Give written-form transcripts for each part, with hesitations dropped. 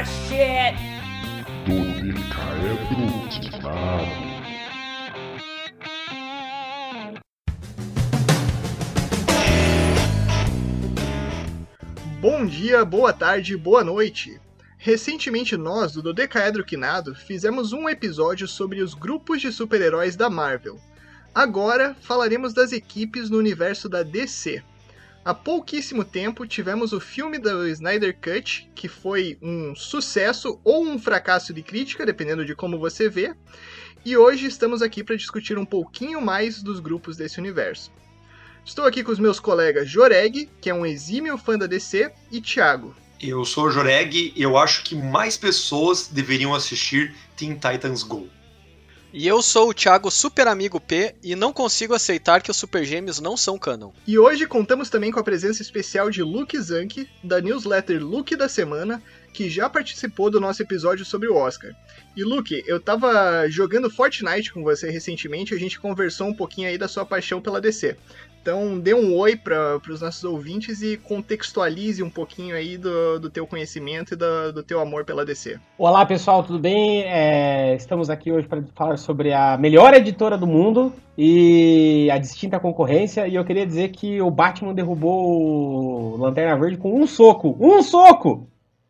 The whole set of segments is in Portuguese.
shit! Dodecaedro Quinado. Bom dia, boa tarde, boa noite. Recentemente nós, do Dodecaedro Quinado, fizemos um episódio sobre os grupos de super-heróis da Marvel. Agora falaremos das equipes no universo da DC. Há pouquíssimo tempo tivemos o filme do Snyder Cut, que foi um sucesso ou um fracasso de crítica, dependendo de como você vê. E hoje estamos aqui para discutir um pouquinho mais dos grupos desse universo. Estou aqui com os meus colegas Joreg, que é um exímio fã da DC, e Thiago. Eu sou o Joreg e eu acho que mais pessoas deveriam assistir Teen Titans Go. E eu sou o Thiago Super Amigo P e não consigo aceitar que os Super Gêmeos não são canon. E hoje contamos também com a presença especial de Luke Zanck, da newsletter Luke da Semana, que já participou do nosso episódio sobre o Oscar. E Luke, eu tava jogando Fortnite com você recentemente, a gente conversou um pouquinho aí da sua paixão pela DC. Então dê um oi para os nossos ouvintes e contextualize um pouquinho aí do teu conhecimento e do teu amor pela DC. Olá pessoal, tudo bem? Estamos aqui hoje para falar sobre a melhor editora do mundo e a distinta concorrência. E eu queria dizer que o Batman derrubou o Lanterna Verde com um soco! Um soco!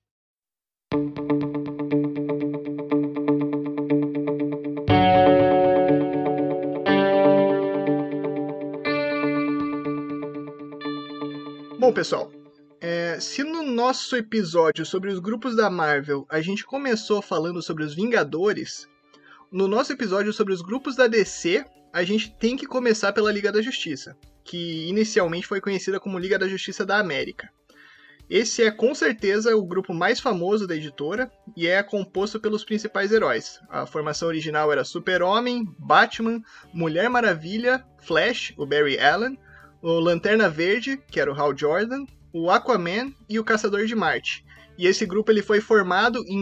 Bom, pessoal, se no nosso episódio sobre os grupos da Marvel a gente começou falando sobre os Vingadores, no nosso episódio sobre os grupos da DC, a gente tem que começar pela Liga da Justiça, que inicialmente foi conhecida como Liga da Justiça da América. Esse é com certeza o grupo mais famoso da editora e é composto pelos principais heróis. A formação original era Super-Homem, Batman, Mulher Maravilha, Flash, o Barry Allen, o Lanterna Verde, que era o Hal Jordan, o Aquaman e o Caçador de Marte. E esse grupo ele foi formado em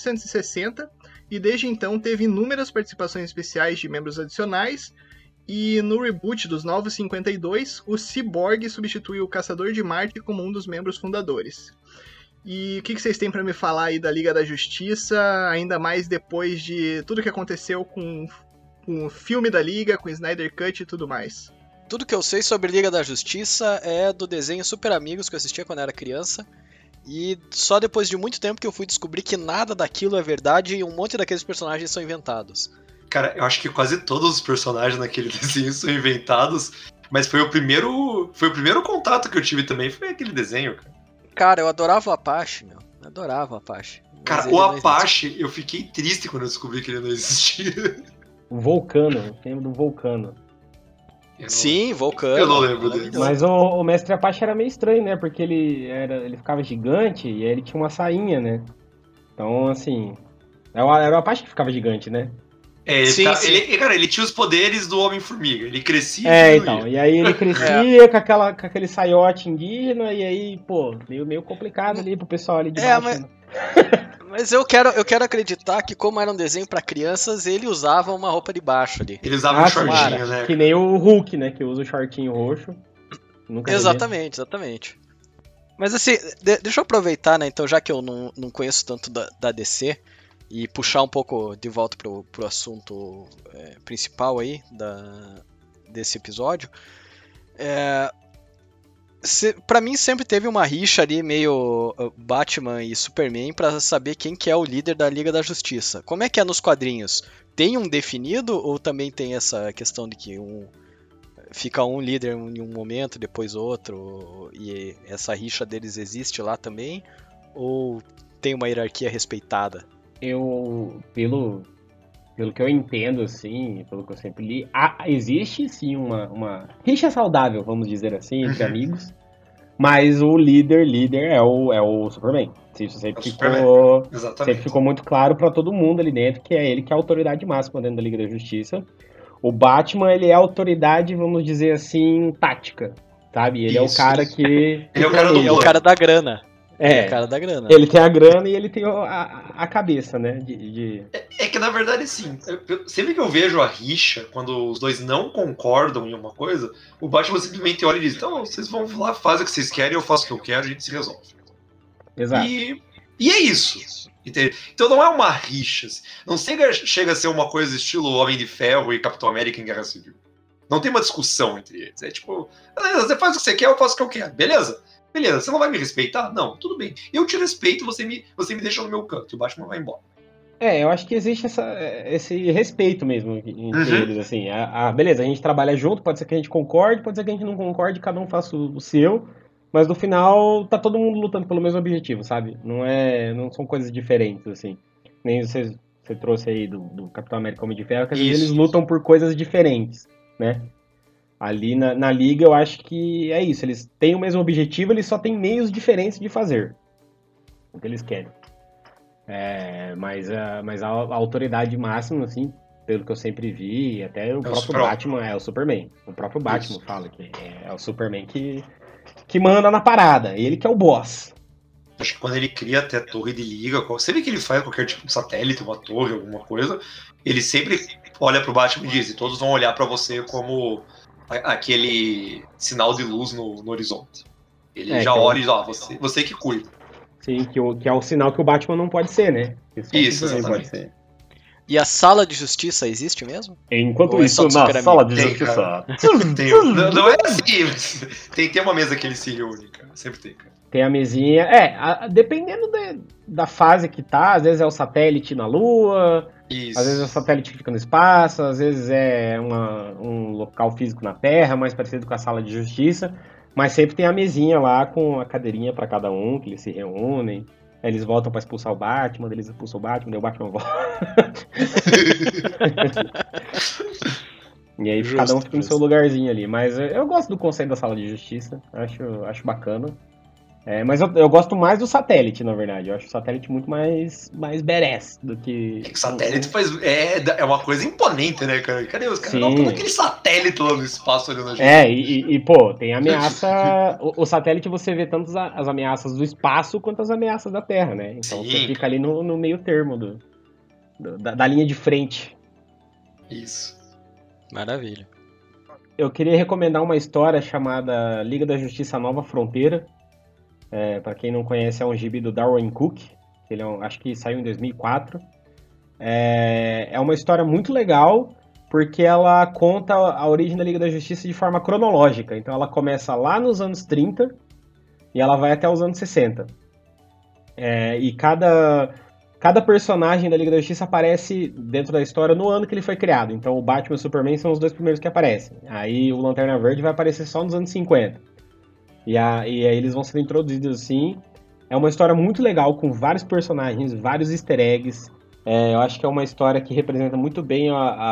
1960 e desde então teve inúmeras participações especiais de membros adicionais. E no reboot dos Novos 52, o Cyborg substituiu o Caçador de Marte como um dos membros fundadores. E o que vocês têm para me falar aí da Liga da Justiça, ainda mais depois de tudo que aconteceu com o filme da Liga, com o Snyder Cut e tudo mais? Tudo que eu sei sobre Liga da Justiça é do desenho Super Amigos que eu assistia quando era criança. E só depois de muito tempo que eu fui descobrir que nada daquilo é verdade e um monte daqueles personagens são inventados. Cara, eu acho que quase todos os personagens naquele desenho são inventados, mas foi o primeiro contato que eu tive também, foi aquele desenho, cara. Cara, eu adorava o Apache, meu. Eu adorava o Apache. Cara, o Apache, eu fiquei triste quando eu descobri que ele não existia. O Vulcano, o tema do Vulcano. Sim, Vulcano. Eu não lembro dele. Mas o Mestre Apache era meio estranho, né? Porque ele ficava gigante e aí ele tinha uma sainha, né? Então, assim... Era o Apache que ficava gigante, né? Sim. Cara, ele tinha os poderes do Homem-Formiga. Ele crescia e então. E aí ele crescia com aquele saiote indígena e aí, pô, meio complicado ali pro pessoal ali de baixo. Mas eu quero acreditar que, como era um desenho pra crianças, ele usava uma roupa de baixo ali. Ele usava um shortinho, né? Que nem o Hulk, né? Que usa o shortinho roxo. Exatamente. Mas assim, deixa eu aproveitar, né? Então, já que eu não conheço tanto da DC, e puxar um pouco de volta pro assunto principal aí desse episódio. Pra mim sempre teve uma rixa ali meio Batman e Superman pra saber quem que é o líder da Liga da Justiça. Como é que é nos quadrinhos? Tem um definido ou também tem essa questão de que fica um líder em um momento, depois outro, e essa rixa deles existe lá também? Ou tem uma hierarquia respeitada? Pelo que eu entendo, assim, pelo que eu sempre li, existe sim uma rixa saudável, vamos dizer assim, entre amigos, mas o líder é o Superman. Isso sempre ficou muito claro pra todo mundo ali dentro, que é ele que é a autoridade máxima dentro da Liga da Justiça. O Batman, ele é a autoridade, vamos dizer assim, tática, sabe? Ele é o cara que... Ele é o cara da grana. É, o cara da grana. Ele tem a grana e ele tem a cabeça, né? É que na verdade, assim, sempre que eu vejo a rixa, quando os dois não concordam em uma coisa, o Batman simplesmente olha e diz: então, vocês vão lá, fazem o que vocês querem, eu faço o que eu quero, a gente se resolve. Exato. E E é isso. Entendeu? Então não é uma rixa. Não chega a ser uma coisa estilo Homem de Ferro e Capitão América em Guerra Civil. Não tem uma discussão entre eles. É tipo, beleza, você faz o que você quer, eu faço o que eu quero. Beleza? Beleza, você não vai me respeitar? Não, tudo bem. Eu te respeito, você me deixa no meu canto. E o Batman vai embora. Eu acho que existe esse respeito mesmo entre eles, assim. Beleza, a gente trabalha junto, pode ser que a gente concorde, pode ser que a gente não concorde, cada um faça o seu, mas no final tá todo mundo lutando pelo mesmo objetivo, sabe? Não são coisas diferentes, assim. Nem você trouxe aí do Capitão América Homem de Ferro, que às vezes eles lutam por coisas diferentes, né? Ali na Liga eu acho que é isso, eles têm o mesmo objetivo, eles só têm meios diferentes de fazer o que eles querem. Mas a autoridade máxima, assim, pelo que eu sempre vi, até o próprio Batman é o Superman. O próprio Batman fala que é o Superman que manda na parada, ele que é o boss. Acho que quando ele cria até a torre de liga, sempre que ele faz qualquer tipo de satélite, uma torre, alguma coisa, ele sempre olha pro Batman e diz, e todos vão olhar pra você como aquele sinal de luz no horizonte. Ele já olha e diz, você que cuida. Sim, que é o sinal que o Batman não pode ser, né? Isso, exatamente. Pode ser. E a sala de justiça existe mesmo? Enquanto isso, na sala de justiça... Não é assim, tem que ter uma mesa que ele se reúne, cara. Sempre tem, cara. Tem a mesinha... dependendo da fase que tá, às vezes é o satélite na Lua, isso. Às vezes é o satélite que fica no espaço, às vezes é um local físico na Terra, mais parecido com a sala de justiça. Mas sempre tem a mesinha lá com a cadeirinha pra cada um, que eles se reúnem. Aí eles voltam pra expulsar o Batman, eles expulsam o Batman, daí o Batman volta. E aí cada um fica no seu lugarzinho ali. Mas eu gosto do conceito da sala de justiça, acho bacana. Mas eu gosto mais do satélite, na verdade. Eu acho o satélite muito mais badass do que... O satélite é uma coisa imponente, né, cara? Cadê os caras? Não, todo aquele satélite lá no espaço olhando a gente. Pô, tem ameaça... o satélite você vê tanto as ameaças do espaço quanto as ameaças da Terra, né? Então você fica ali no meio termo da linha de frente. Isso. Maravilha. Eu queria recomendar uma história chamada Liga da Justiça Nova Fronteira. Para quem não conhece, é um gibi do Darwin Cook, que ele acho que saiu em 2004. É uma história muito legal, porque ela conta a origem da Liga da Justiça de forma cronológica. Então ela começa lá nos anos 30 e ela vai até os anos 60. E cada personagem da Liga da Justiça aparece dentro da história no ano que ele foi criado. Então o Batman e o Superman são os dois primeiros que aparecem. Aí o Lanterna Verde vai aparecer só nos anos 50. E aí eles vão sendo introduzidos assim. É uma história muito legal, com vários personagens, vários easter eggs. Eu acho que é uma história que representa muito bem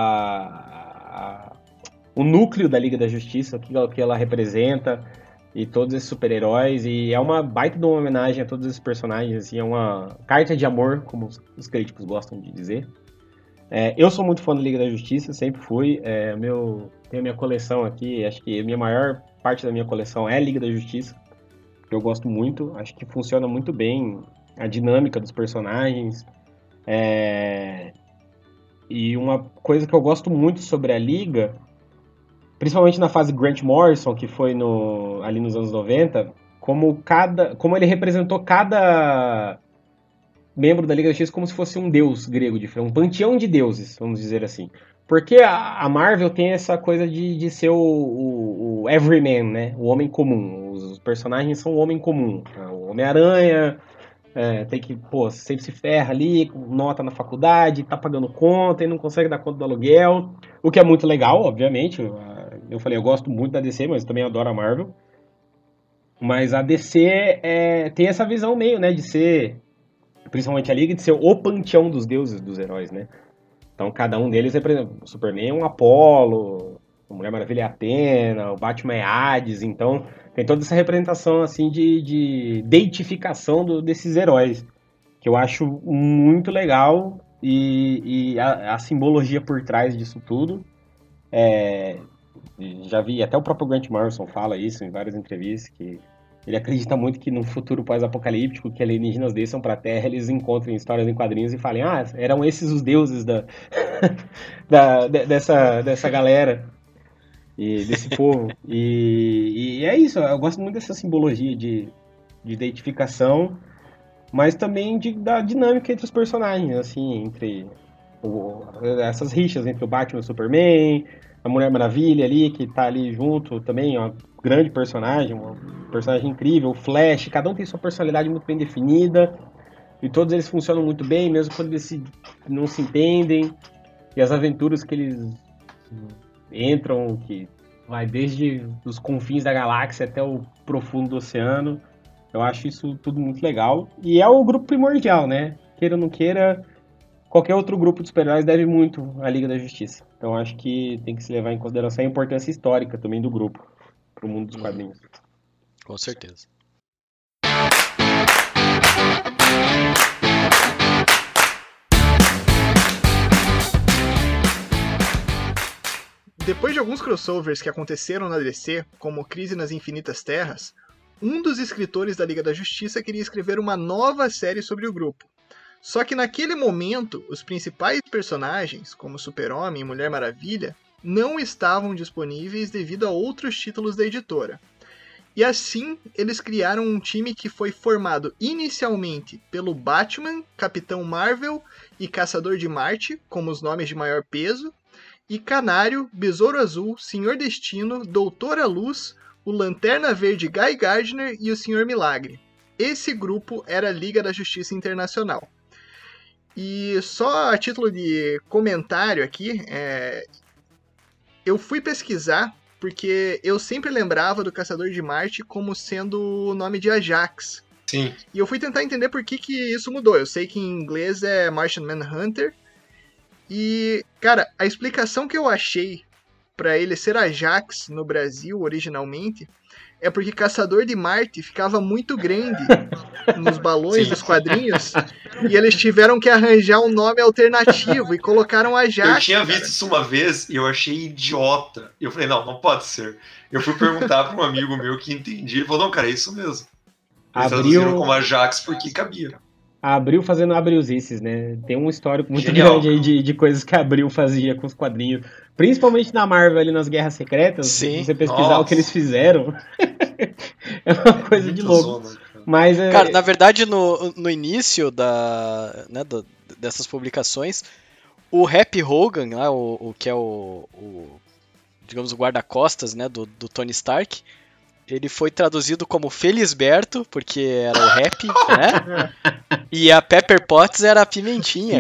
o núcleo da Liga da Justiça, o que ela representa, e todos esses super-heróis. E é uma baita de uma homenagem a todos esses personagens. Assim, é uma carta de amor, como os críticos gostam de dizer. Eu sou muito fã da Liga da Justiça, sempre fui. Tenho a minha coleção aqui, acho que a minha maior parte da minha coleção é a Liga da Justiça, que eu gosto muito, acho que funciona muito bem a dinâmica dos personagens. E uma coisa que eu gosto muito sobre a Liga, principalmente na fase Grant Morrison, que foi ali nos anos 90, como ele representou cada membro da Liga da Justiça como se fosse um deus grego, um panteão de deuses, vamos dizer assim. Porque a Marvel tem essa coisa de ser o everyman, né? O homem comum. Os personagens são o homem comum. O Homem-Aranha tem que, sempre se ferra ali, nota na faculdade, tá pagando conta e não consegue dar conta do aluguel. O que é muito legal, obviamente. Eu falei, eu gosto muito da DC, mas também adoro a Marvel. Mas a DC tem essa visão meio, né? De ser, principalmente a Liga, de ser o panteão dos deuses, dos heróis, né? Então, cada um deles representa... O Superman é um Apolo, a Mulher Maravilha é Atena, o Batman é Hades. Então, tem toda essa representação, assim, de deitificação desses heróis, que eu acho muito legal. E a simbologia por trás disso tudo. Já vi, até o próprio Grant Morrison fala isso em várias entrevistas, que ele acredita muito que no futuro pós-apocalíptico, que alienígenas desçam pra Terra, eles encontrem histórias em quadrinhos e falem, eram esses os deuses dessa galera, e desse povo. E é isso, eu gosto muito dessa simbologia de identificação. mas também da dinâmica entre os personagens, assim, entre essas rixas entre o Batman e o Superman, a Mulher Maravilha ali, que tá ali junto também, ó, grande personagem, um personagem incrível, o Flash, cada um tem sua personalidade muito bem definida, e todos eles funcionam muito bem, mesmo quando eles não se entendem, e as aventuras que eles entram, que vai desde os confins da galáxia até o profundo do oceano, eu acho isso tudo muito legal, e é o grupo primordial, né? Queira ou não queira, qualquer outro grupo de super-heróis deve muito à Liga da Justiça. Então acho que tem que se levar em consideração a importância histórica também do grupo para o mundo dos quadrinhos. Com certeza. Depois de alguns crossovers que aconteceram na DC, como Crise nas Infinitas Terras, um dos escritores da Liga da Justiça queria escrever uma nova série sobre o grupo. Só que naquele momento, os principais personagens, como Super-Homem e Mulher Maravilha, não estavam disponíveis devido a outros títulos da editora. E assim, eles criaram um time que foi formado inicialmente pelo Batman, Capitão Marvel e Caçador de Marte, como os nomes de maior peso, e Canário, Besouro Azul, Senhor Destino, Doutora Luz, o Lanterna Verde Guy Gardner e o Senhor Milagre. Esse grupo era a Liga da Justiça Internacional. E só a título de comentário aqui, eu fui pesquisar porque eu sempre lembrava do Caçador de Marte como sendo o nome de Ajax. Sim. E eu fui tentar entender por que isso mudou. Eu sei que em inglês é Martian Manhunter. E, cara, a explicação que eu achei para ele ser Ajax no Brasil originalmente é porque Caçador de Marte ficava muito grande nos balões dos quadrinhos e eles tiveram que arranjar um nome alternativo e colocaram Ajax. Eu tinha visto isso uma vez e eu achei idiota. E eu falei, não pode ser. Eu fui perguntar para um amigo meu que entendia. Ele falou, não, cara, é isso mesmo. Eles traduziram como Ajax porque cabia. A Abril fazendo Abrilzices, né? Tem um histórico muito Genial, grande aí de coisas que a Abril fazia com os quadrinhos. Principalmente na Marvel ali nas Guerras Secretas. Sim. Se você pesquisar o que eles fizeram, é uma coisa de louco. Zona, cara. Mas, Cara, na verdade, no início dessas publicações, o Happy Hogan, lá, o que é digamos, o guarda-costas, né, do Tony Stark, ele foi traduzido como Felisberto, porque era o Happy, né? E a Pepper Potts era a Pimentinha,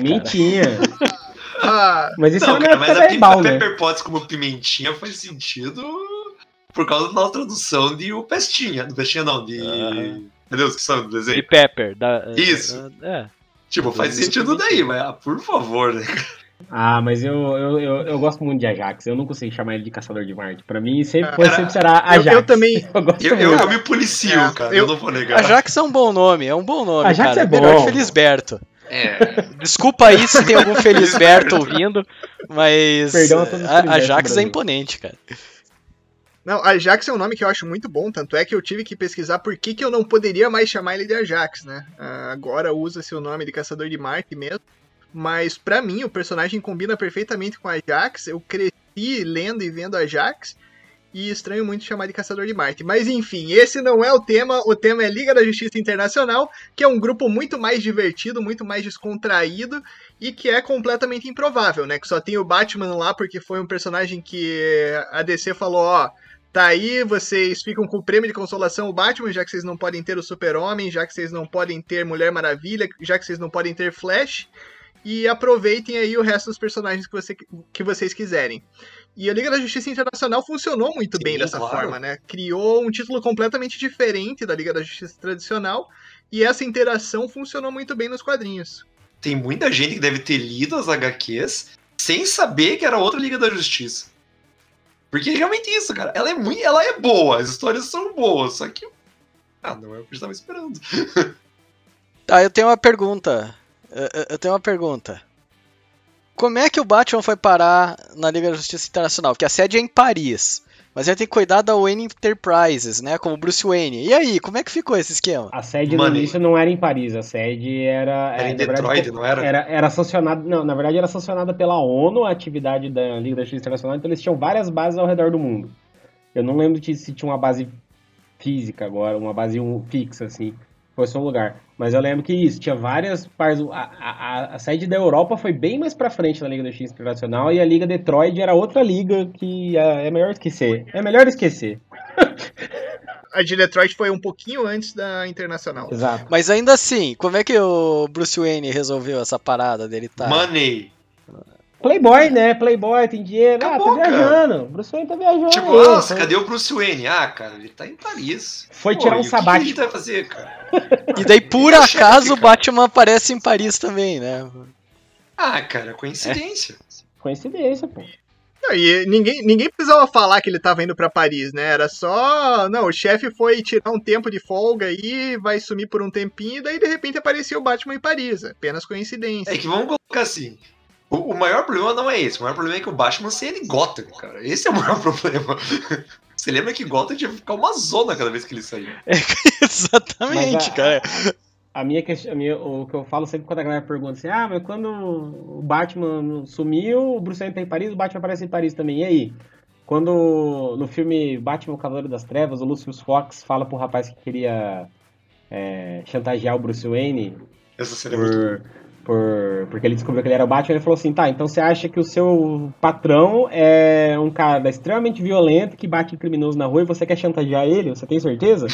Ah, Mas isso Não, é cara, uma mas época verbal, a né? Pepper Potts como pimentinha faz sentido por causa da nossa tradução de o Pestinha. Do Pestinha não, de... Meu Deus, que são do de desenho? Pepper. Isso. É. Tipo, faz sentido daí, mas por favor, né? Ah, mas eu gosto muito de Ajax. Eu não consigo chamar ele de Caçador de Marte. Pra mim, sempre será Ajax. eu também- Eu gosto Eu muito. me policio, cara, eu não vou negar. Ajax é um bom nome, Ajax cara. é bom. Melhor que Felisberto. É, Desculpa aí se tem algum Felisberto ouvindo, mas Perdão a todos os Felisbertos Ajax do é Brasil. imponente, cara. Não, Ajax é um nome que eu acho muito bom, tanto é que eu tive que pesquisar por que eu não poderia mais chamar ele de Ajax, né? Agora usa-se o nome de Caçador de Marte mesmo, mas pra mim o personagem combina perfeitamente com Ajax, eu cresci lendo e vendo Ajax, e estranho muito chamar de Caçador de Marte. Mas enfim, esse não é o tema é Liga da Justiça Internacional, que é um grupo muito mais divertido, muito mais descontraído, e que é completamente improvável, né? Que só tem o Batman lá porque foi um personagem que a DC falou, ó, tá aí, vocês ficam com o prêmio de consolação o Batman, já que vocês não podem ter o Super-Homem, já que vocês não podem ter Mulher Maravilha, já que vocês não podem ter Flash, e aproveitem aí o resto dos personagens que vocês quiserem. E a Liga da Justiça Internacional funcionou muito bem dessa forma, né? Criou um título completamente diferente da Liga da Justiça tradicional, e essa interação funcionou muito bem nos quadrinhos. tem muita gente que deve ter lido as HQs sem saber que era outra Liga da Justiça. Porque é realmente isso, cara. Ela é boa, as histórias são boas, só que... não é o que eu estava esperando. Tá, eu tenho uma pergunta. Como é que o Batman foi parar na Liga da Justiça Internacional? Porque a sede é em Paris, mas ele tem que cuidar da Wayne Enterprises, né? Como Bruce Wayne. E aí, como é que ficou esse esquema? A sede no início não era em Paris, a sede era Era em na verdade, Detroit, não era? Era sancionada, não, na verdade era sancionada pela ONU a atividade da Liga da Justiça Internacional, então eles tinham várias bases ao redor do mundo. Eu não lembro se tinha uma base física agora, uma base fixa, assim. fosse um lugar. Mas eu lembro que isso, tinha várias partes. A sede da Europa foi bem mais pra frente na Liga da Justiça Internacional e a Liga Detroit era outra liga que é melhor esquecer. É melhor esquecer. A de Detroit foi um pouquinho antes da Internacional. Exato. Mas ainda assim, como é que o Bruce Wayne resolveu essa parada dele tá? Money. Playboy, né? Playboy, tem dinheiro. Acabou, Tá viajando. Bruce Wayne tá viajando. Tipo, aí, nossa, então. cadê o Bruce Wayne? Ah, cara, ele tá em Paris. Foi tirar um e o que sabático. ele vai fazer, cara? E daí, por Ele é acaso, chefe, o Batman aparece em Paris também, né? Ah, cara, coincidência. Coincidência, pô. Não, e ninguém precisava falar que ele tava indo pra Paris, né? Era só. Não, o chefe foi tirar um tempo de folga aí, vai sumir por um tempinho, e daí de repente apareceu o Batman em Paris. Apenas coincidência. É que vamos colocar assim. O maior problema não é esse. O maior problema é que o Batman seria em Gotham, cara. Esse é o maior problema. Você lembra que Gotham tinha que ficar uma zona cada vez que ele saía. Exatamente, cara. O que eu falo sempre quando a galera pergunta assim, mas quando o Batman sumiu, o Bruce Wayne tá em Paris, o Batman aparece em Paris também, e aí? Quando no filme Batman, o Cavaleiro das Trevas, o Lucius Fox fala pro rapaz que queria chantagear o Bruce Wayne Essa cena é muito boa. porque ele descobriu que ele era o Batman, ele falou assim, tá, então você acha que o seu patrão é um cara extremamente violento, que bate em criminoso na rua e você quer chantagear ele? Você tem certeza?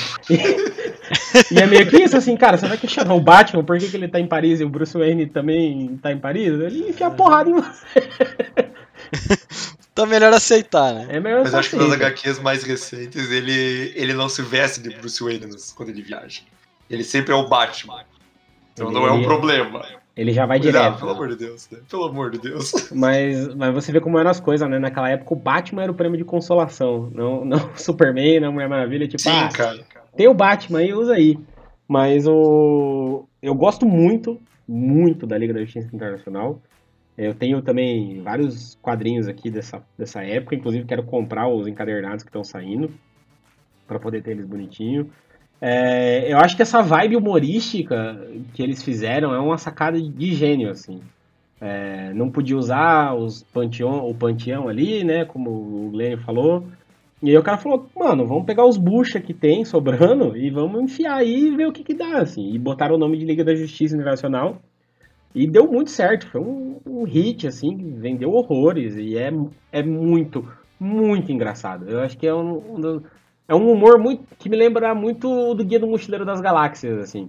E é meio que isso, assim, cara, você vai questionar o Batman, por que ele tá em Paris e o Bruce Wayne também tá em Paris? Ele enfia a porrada em você. Então é melhor aceitar, né? É melhor Mas só acho que nas aceita. HQs mais recentes ele não se veste de Bruce Wayne quando ele viaja. Ele sempre é o Batman. Então não é um problema. Ele já vai Ah, direto. pelo amor de Deus, né? Pelo amor de Deus. Mas você vê como eram as coisas, né? Naquela época o Batman era o prêmio de consolação. Não o Superman, não a Mulher Maravilha. Tipo, Sim, cara. tem o Batman aí, usa aí. Mas eu gosto muito, muito da Liga da Justiça Internacional. Eu tenho também vários quadrinhos aqui dessa época. Inclusive quero comprar os encadernados que estão saindo para poder ter eles bonitinho. Eu acho que essa vibe humorística que eles fizeram é uma sacada de gênio, assim. Não podia usar o panteão ali, né, como o Glenn falou. E aí o cara falou, mano, vamos pegar os bucha que tem sobrando e vamos enfiar aí e ver o que dá, assim. E botaram o nome de Liga da Justiça Internacional. E deu muito certo, foi um hit, assim, vendeu horrores. E é muito, muito engraçado. Eu acho que é um humor muito que me lembra muito do Guia do Mochileiro das Galáxias, assim.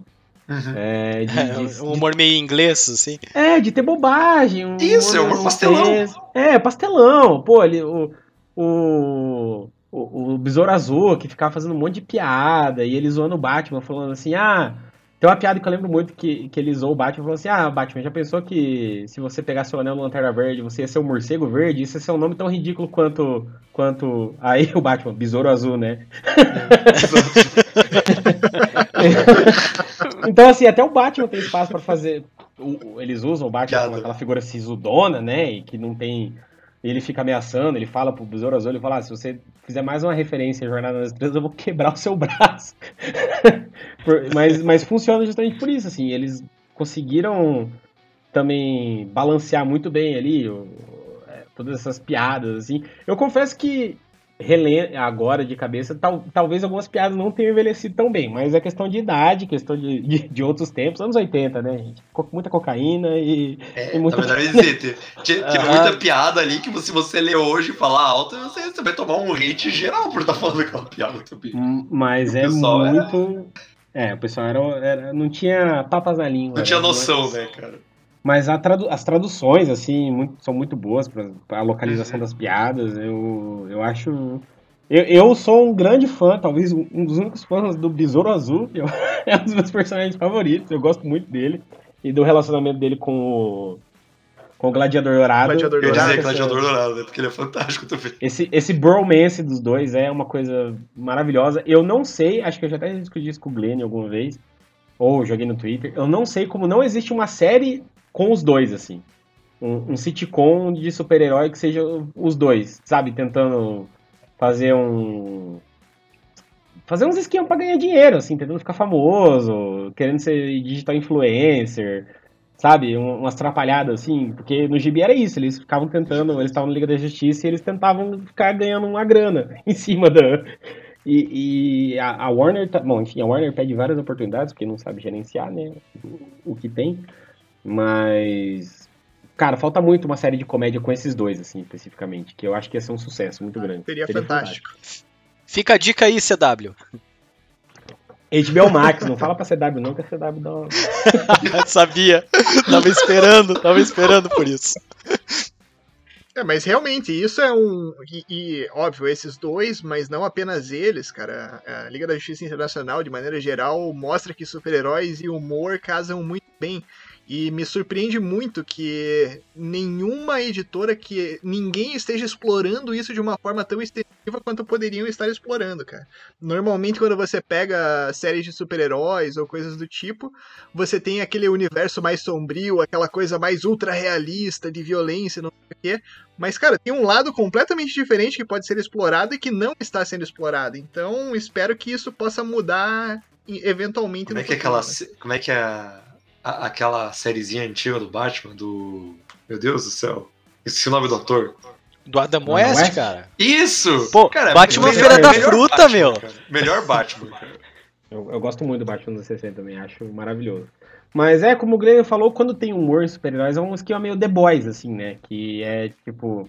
Uhum. Um humor meio inglês, assim. De ter bobagem. Isso, é humor pastelão. Pastelão. Pô, o Besouro Azul, que ficava fazendo um monte de piada, e ele zoando o Batman, falando assim, tem uma piada que eu lembro muito que ele zoou o Batman, falou assim, Batman, já pensou que se você pegasse o anel no Lanterna Verde, você ia ser um morcego verde? Isso ia ser um nome tão ridículo quanto... Aí o Batman, Besouro Azul, né? Então, assim, até o Batman tem espaço pra fazer... Eles usam o Batman como aquela figura sisudona, né? E que não tem... Ele fica ameaçando, ele fala pro Besouro Azul, ele fala, se você fizer mais uma referência à Jornada nas Estrelas, eu vou quebrar o seu braço. mas funciona justamente por isso, assim, eles conseguiram também balancear muito bem ali todas essas piadas, assim. Eu confesso que, relendo agora de cabeça, talvez algumas piadas não tenham envelhecido tão bem, mas é questão de idade, questão de outros tempos, anos 80, né, gente? Muita cocaína e muita... Na verdade, tinha muita piada ali que se você ler hoje e falar alto, você vai tomar um hate geral por estar falando aquela piada também. Mas muito... o pessoal não tinha papas na língua. Não tinha noção, né, cara? Mas as traduções, assim, são muito boas para a localização das piadas. Eu acho... Eu sou um grande fã, talvez um dos únicos fãs do Besouro Azul. É um dos meus personagens favoritos, eu gosto muito dele. E do relacionamento dele com o Gladiador Dourado. Eu ia dizer Gladiador Dourado, né? Porque ele é fantástico também. Esse bromance dos dois é uma coisa maravilhosa. Eu não sei, acho que eu já até discuti isso com o Glenn alguma vez, ou joguei no Twitter, eu não sei como não existe uma série com os dois, assim. Um sitcom de super-herói que seja os dois, sabe? Tentando fazer uns esquemas pra ganhar dinheiro, assim, tentando ficar famoso, querendo ser digital influencer, sabe? Umas atrapalhadas, assim, porque no gibi era isso, eles estavam na Liga da Justiça e eles tentavam ficar ganhando uma grana em cima E a Warner tá. Bom, enfim, a Warner pede várias oportunidades, porque não sabe gerenciar, né? O que tem. Mas. Cara, falta muito uma série de comédia com esses dois, assim, especificamente. Que eu acho que ia ser um sucesso muito grande. Seria fantástico. Fica a dica aí, CW. HBO Max, não fala pra CW não, que a CW dá uma... Sabia. Tava esperando por isso. Mas realmente, isso é um. Óbvio, esses dois, mas não apenas eles, cara. A Liga da Justiça Internacional, de maneira geral, mostra que super-heróis e humor casam muito bem. E me surpreende muito que nenhuma editora, que ninguém esteja explorando isso de uma forma tão extensiva quanto poderiam estar explorando, cara. Normalmente, quando você pega séries de super-heróis ou coisas do tipo, você tem aquele universo mais sombrio, aquela coisa mais ultra-realista de violência, não sei o quê. Mas, cara, tem um lado completamente diferente que pode ser explorado e que não está sendo explorado. Então, espero que isso possa mudar eventualmente Como no é que futuro, como é que é aquela sériezinha antiga do Batman, do... Meu Deus do céu. Esqueci o nome do ator. Do Adam Adam West, West? cara. Isso! Pô, cara, Batman Feira da melhor Fruta, Batman, meu. Cara. Melhor Batman, cara. Eu gosto muito do Batman dos 60 também, acho maravilhoso. Mas como o Glenn falou, quando tem humor em super-heróis, é um esquema meio The Boys, assim, né? Que é, tipo...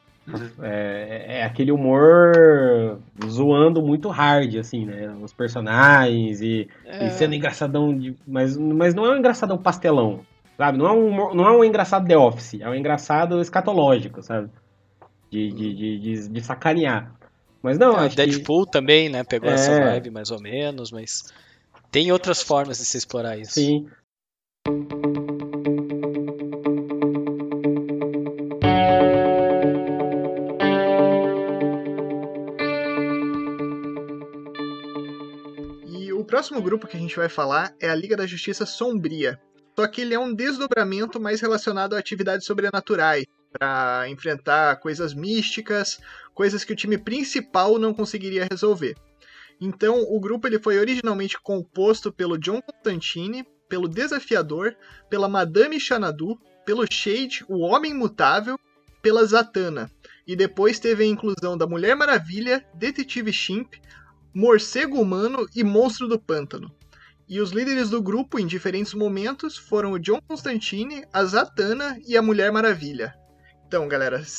É aquele humor zoando muito hard, assim, né? Os personagens e sendo engraçadão, mas não é um engraçadão pastelão, sabe? Não é um engraçado The Office, é um engraçado escatológico, sabe? De sacanear. Mas não, acho Deadpool também, né? Pegou essa É. vibe mais ou menos, mas tem outras formas de se explorar isso. Sim. E o próximo grupo que a gente vai falar é a Liga da Justiça Sombria. Só que ele é um desdobramento mais relacionado a atividades sobrenaturais, para enfrentar coisas místicas, coisas que o time principal não conseguiria resolver. Então, o grupo ele foi originalmente composto pelo John Constantine, pelo Desafiador, pela Madame Xanadu, pelo Shade, o Homem Mutável, pela Zatanna. E depois teve a inclusão da Mulher Maravilha, Detetive Chimp, Morcego Humano e Monstro do Pântano. E os líderes do grupo, em diferentes momentos, foram o John Constantine, a Zatanna e a Mulher Maravilha. Então, galera, o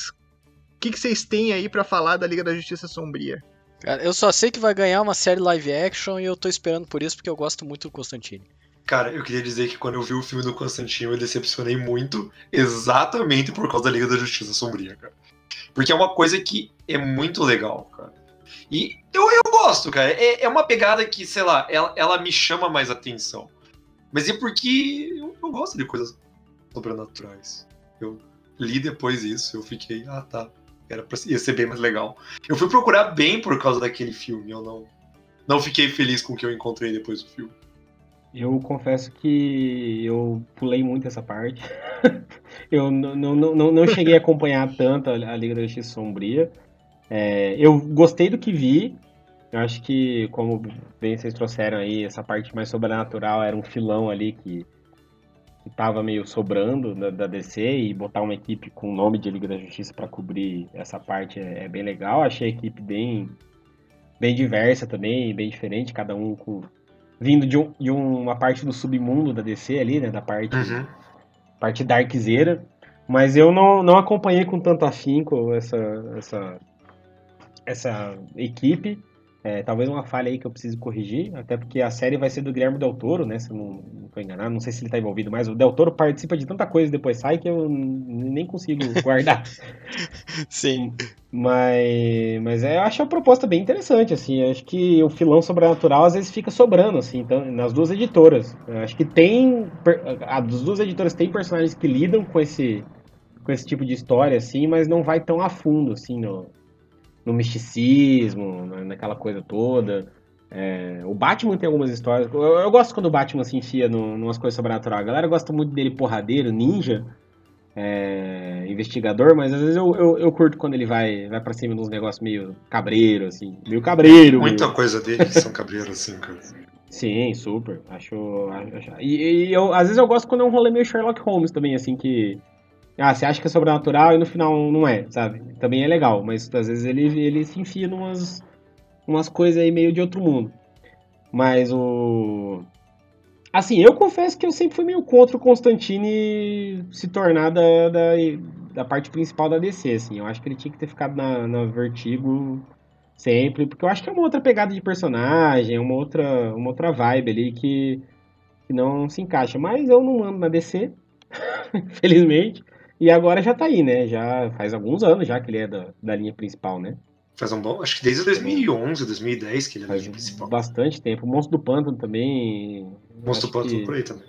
que vocês têm aí pra falar da Liga da Justiça Sombria? Cara, eu só sei que vai ganhar uma série live action e eu tô esperando por isso porque eu gosto muito do Constantine. Cara, eu queria dizer que quando eu vi o filme do Constantine, eu decepcionei muito, exatamente por causa da Liga da Justiça Sombria, cara. Porque é uma coisa que é muito legal, cara. E eu gosto, cara. É uma pegada que, sei lá, ela me chama mais atenção. Mas é porque eu gosto de coisas sobrenaturais. Eu li depois isso, eu fiquei, tá. Ia ser bem mais legal. Eu fui procurar bem por causa daquele filme. Eu não fiquei feliz com o que eu encontrei depois do filme. Eu confesso que eu pulei muito essa parte. Eu não cheguei a acompanhar tanto a Liga da Justiça Sombria. Eu gostei do que vi. Eu acho que, como bem vocês trouxeram aí, essa parte mais sobrenatural era um filão ali que tava meio sobrando da DC, e botar uma equipe com o nome de Liga da Justiça para cobrir essa parte é bem legal. Achei a equipe bem diversa também, bem diferente, cada um vindo de uma parte do submundo da DC ali, né, da parte darkzeira. Mas eu não acompanhei com tanto afinco essa equipe. Talvez uma falha aí que eu preciso corrigir, até porque a série vai ser do Guillermo Del Toro, né? Se eu não estou enganado, não sei se ele está envolvido, mas o Del Toro participa de tanta coisa e depois sai que eu nem consigo guardar. Sim. Mas eu acho a proposta bem interessante, assim. Eu acho que o filão sobrenatural às vezes fica sobrando, assim, então, nas duas editoras. Eu acho que as duas editoras têm personagens que lidam com esse tipo de história, assim, mas não vai tão a fundo, assim, no misticismo, naquela coisa toda. O Batman tem algumas histórias. Eu gosto quando o Batman se enfia numas coisas sobrenaturais. A galera gosta muito dele porradeiro, ninja, investigador, mas às vezes eu curto quando ele vai pra cima de uns negócios meio cabreiro, assim. Meio cabreiro. Muita coisa dele que são cabreiros, assim, cara. Sim, super. E às vezes eu gosto quando é um rolê meio Sherlock Holmes também, assim, que... você acha que é sobrenatural e no final não é, sabe? Também é legal, mas às vezes ele se enfia umas coisas aí meio de outro mundo. Mas o... Assim, eu confesso que eu sempre fui meio contra o Constantine se tornar da parte principal da DC, assim. Eu acho que ele tinha que ter ficado na Vertigo sempre, porque eu acho que é uma outra pegada de personagem, é uma outra vibe ali que não se encaixa. Mas eu não ando na DC, felizmente, e agora já tá aí, né? Já faz alguns anos já que ele é da linha principal, né? Faz um bom. Acho que desde 2011, 2010 que ele é a Faz linha principal. bastante tempo. O Monstro do Pântano também. Monstro do acho Pântano que- por aí também.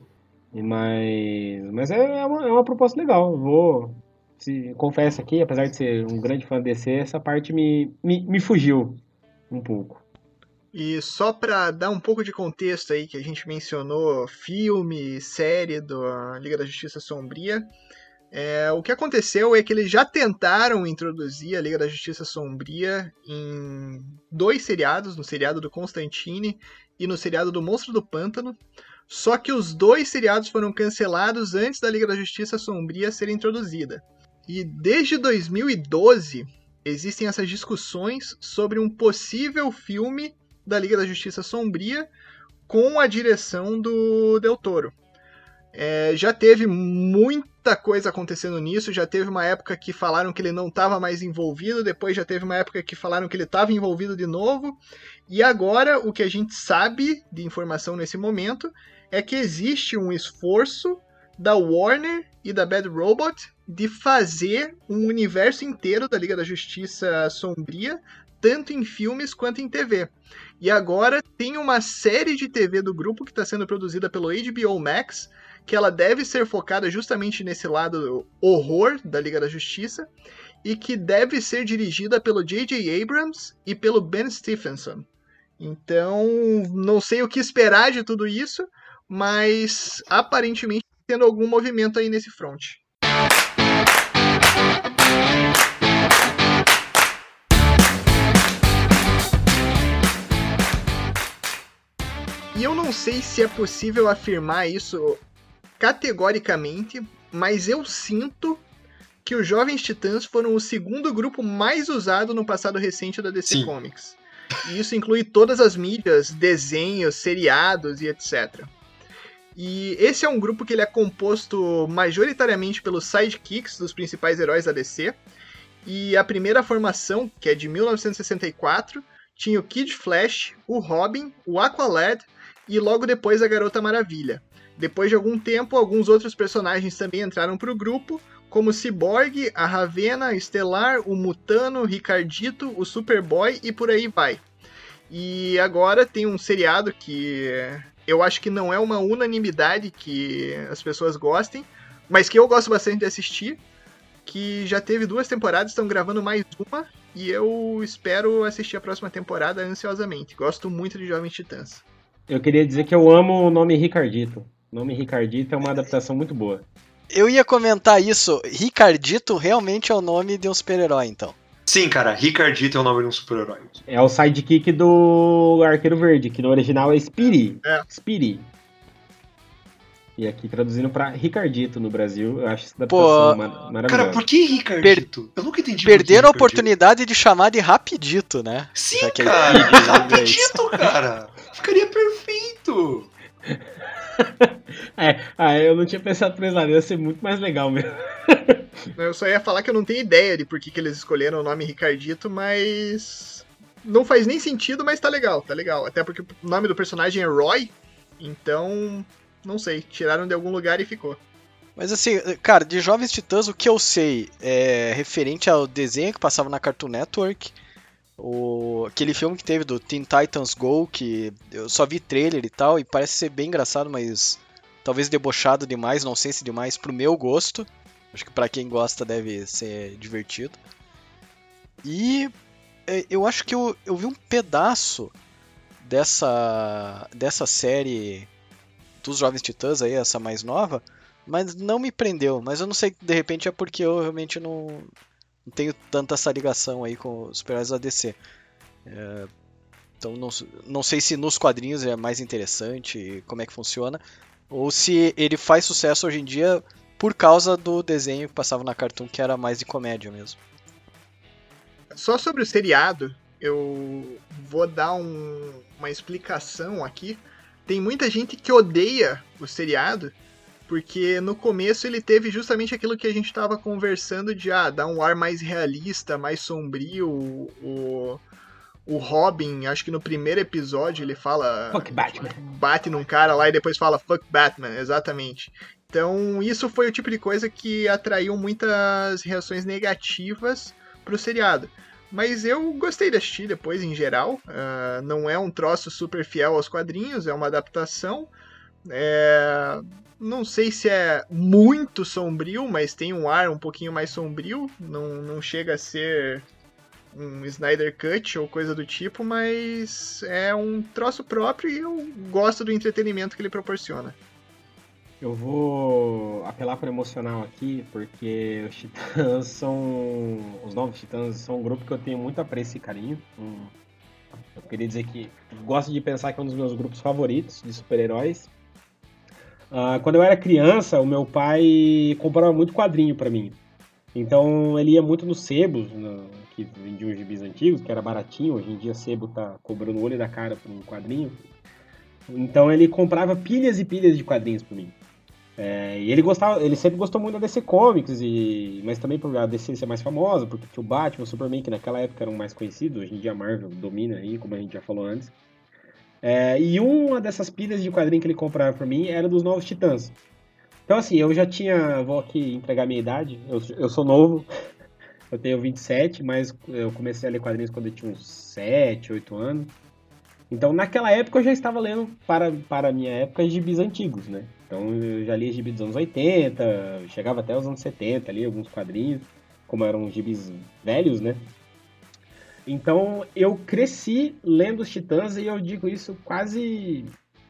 Mas é uma proposta legal. Confesso aqui, apesar de ser um grande fã de DC, essa parte me fugiu um pouco. E só pra dar um pouco de contexto aí, que a gente mencionou filme, série da Liga da Justiça Sombria, o que aconteceu é que eles já tentaram introduzir a Liga da Justiça Sombria em 2 seriados, no seriado do Constantine e no seriado do Monstro do Pântano, só que os 2 seriados foram cancelados antes da Liga da Justiça Sombria ser introduzida. E desde 2012 existem essas discussões sobre um possível filme da Liga da Justiça Sombria com a direção do Del Toro. Já teve muita coisa acontecendo nisso, já teve uma época que falaram que ele não estava mais envolvido, depois já teve uma época que falaram que ele estava envolvido de novo, e agora o que a gente sabe de informação nesse momento é que existe um esforço da Warner e da Bad Robot de fazer um universo inteiro da Liga da Justiça Sombria, tanto em filmes quanto em TV. E agora tem uma série de TV do grupo que está sendo produzida pelo HBO Max, que ela deve ser focada justamente nesse lado horror da Liga da Justiça, e que deve ser dirigida pelo J.J. Abrams e pelo Ben Stephenson. Então, não sei o que esperar de tudo isso, mas aparentemente tendo algum movimento aí nesse front. E eu não sei se é possível afirmar isso categoricamente, mas eu sinto que os Jovens Titãs foram o segundo grupo mais usado no passado recente da DC Sim. Comics. E isso inclui todas as mídias, desenhos, seriados e etc. E esse é um grupo que ele é composto majoritariamente pelos sidekicks dos principais heróis da DC. E a primeira formação, que é de 1964, tinha o Kid Flash, o Robin, o Aqualad e logo depois a Garota Maravilha. Depois de algum tempo, alguns outros personagens também entraram para o grupo, como o Cyborg, a Ravena, a Estelar, o Mutano, o Ricardito, o Superboy e por aí vai. E agora tem um seriado que eu acho que não é uma unanimidade que as pessoas gostem, mas que eu gosto bastante de assistir, que já teve 2 temporadas, estão gravando mais uma, e eu espero assistir a próxima temporada ansiosamente. Gosto muito de Jovens Titãs. Eu queria dizer que eu amo o nome Ricardito. O nome Ricardito é uma adaptação muito boa. Eu ia comentar isso. Ricardito realmente é o nome de um super-herói, então. Sim, cara, Ricardito é o nome de um super-herói. É o sidekick do Arqueiro Verde, que no original é Speedy. Speedy. E aqui traduzindo pra Ricardito no Brasil, eu acho essa adaptação maravilhosa. Cara, por que Ricardito? Eu nunca entendi. Perderam a por que Ricardito. oportunidade de chamar de Rapidito, né? Sim, Já que cara, ele é Rapidito, cara. Ficaria perfeito. Eu não tinha pensado por esse lado, ia ser muito mais legal mesmo. Eu só ia falar que eu não tenho ideia de por que eles escolheram o nome Ricardito, mas não faz nem sentido, mas tá legal. Até porque o nome do personagem é Roy, então não sei, tiraram de algum lugar e ficou. Mas assim, cara, de Jovens Titãs o que eu sei é referente ao desenho que passava na Cartoon Network, aquele filme que teve do Teen Titans Go, que eu só vi trailer e tal, e parece ser bem engraçado, mas talvez debochado demais, não sei se demais pro meu gosto. Acho que pra quem gosta deve ser divertido. E eu acho que eu vi um pedaço dessa série dos Jovens Titãs aí, essa mais nova, mas não me prendeu. Mas eu não sei, de repente é porque eu realmente não tenho tanta essa ligação aí com os super-heróis da DC. Então não sei se nos quadrinhos é mais interessante, como é que funciona, ou se ele faz sucesso hoje em dia por causa do desenho que passava na Cartoon, que era mais de comédia mesmo. Só sobre o seriado, eu vou dar uma explicação aqui. Tem muita gente que odeia o seriado, porque no começo ele teve justamente aquilo que a gente estava conversando de dar um ar mais realista, mais sombrio. O Robin, acho que no primeiro episódio ele fala... Fuck Batman. Bate num cara lá e depois fala fuck Batman, exatamente. Então isso foi o tipo de coisa que atraiu muitas reações negativas pro seriado. Mas eu gostei de assistir depois, em geral. Não é um troço super fiel aos quadrinhos, é uma adaptação. Não sei se é muito sombrio, mas tem um ar um pouquinho mais sombrio. Não chega a ser um Snyder Cut ou coisa do tipo, mas é um troço próprio e eu gosto do entretenimento que ele proporciona. Eu vou apelar para emocional aqui, porque os Titãs os novos Titãs são um grupo que eu tenho muito apreço e carinho. Eu queria dizer que gosto de pensar que é um dos meus grupos favoritos de super-heróis. Quando eu era criança, o meu pai comprava muito quadrinho para mim. Então ele ia muito nos sebos, que vendiam os gibis antigos, que era baratinho. Hoje em dia sebo tá cobrando o olho da cara por um quadrinho. Então ele comprava pilhas e pilhas de quadrinhos para mim. E ele sempre gostou muito da DC Comics, mas também por a DC ser mais famosa, porque tinha o Batman, o Superman, que naquela época eram mais conhecidos. Hoje em dia a Marvel domina aí, como a gente já falou antes. E uma dessas pilhas de quadrinho que ele comprava pra mim era dos Novos Titãs. Então assim, vou aqui entregar a minha idade, eu sou novo, eu tenho 27, mas eu comecei a ler quadrinhos quando eu tinha uns 7, 8 anos. Então naquela época eu já estava lendo, para a minha época, gibis antigos, né? Então eu já li gibis dos anos 80, chegava até os anos 70 ali, alguns quadrinhos, como eram gibis velhos, né? Então eu cresci lendo os Titãs e eu digo isso quase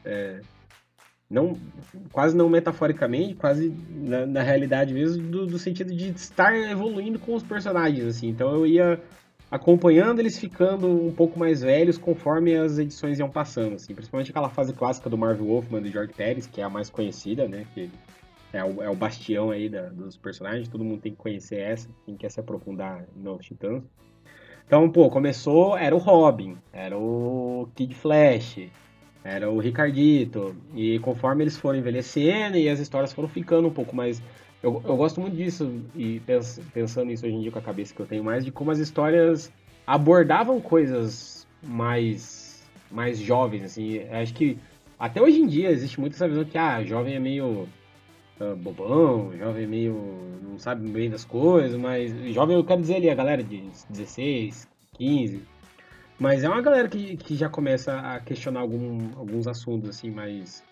não metaforicamente, quase na realidade mesmo, do sentido de estar evoluindo com os personagens, assim. Então eu ia acompanhando eles ficando um pouco mais velhos conforme as edições iam passando, assim. Principalmente aquela fase clássica do Marv Wolfman, do George Pérez, que é a mais conhecida, né? Que é o bastião aí dos personagens, todo mundo tem que conhecer essa, quem quer se aprofundar nos Titãs. Então, começou, era o Robin, era o Kid Flash, era o Ricardito, e conforme eles foram envelhecendo e as histórias foram ficando um pouco mais... Eu gosto muito disso, e pensando nisso hoje em dia com a cabeça que eu tenho mais, de como as histórias abordavam coisas mais jovens, assim. Acho que até hoje em dia existe muito essa visão que, jovem é meio bobão, jovem é meio... não sabe bem das coisas, mas jovem eu quero dizer ali, a galera de 16, 15... Mas é uma galera que já começa a questionar alguns assuntos, assim, mais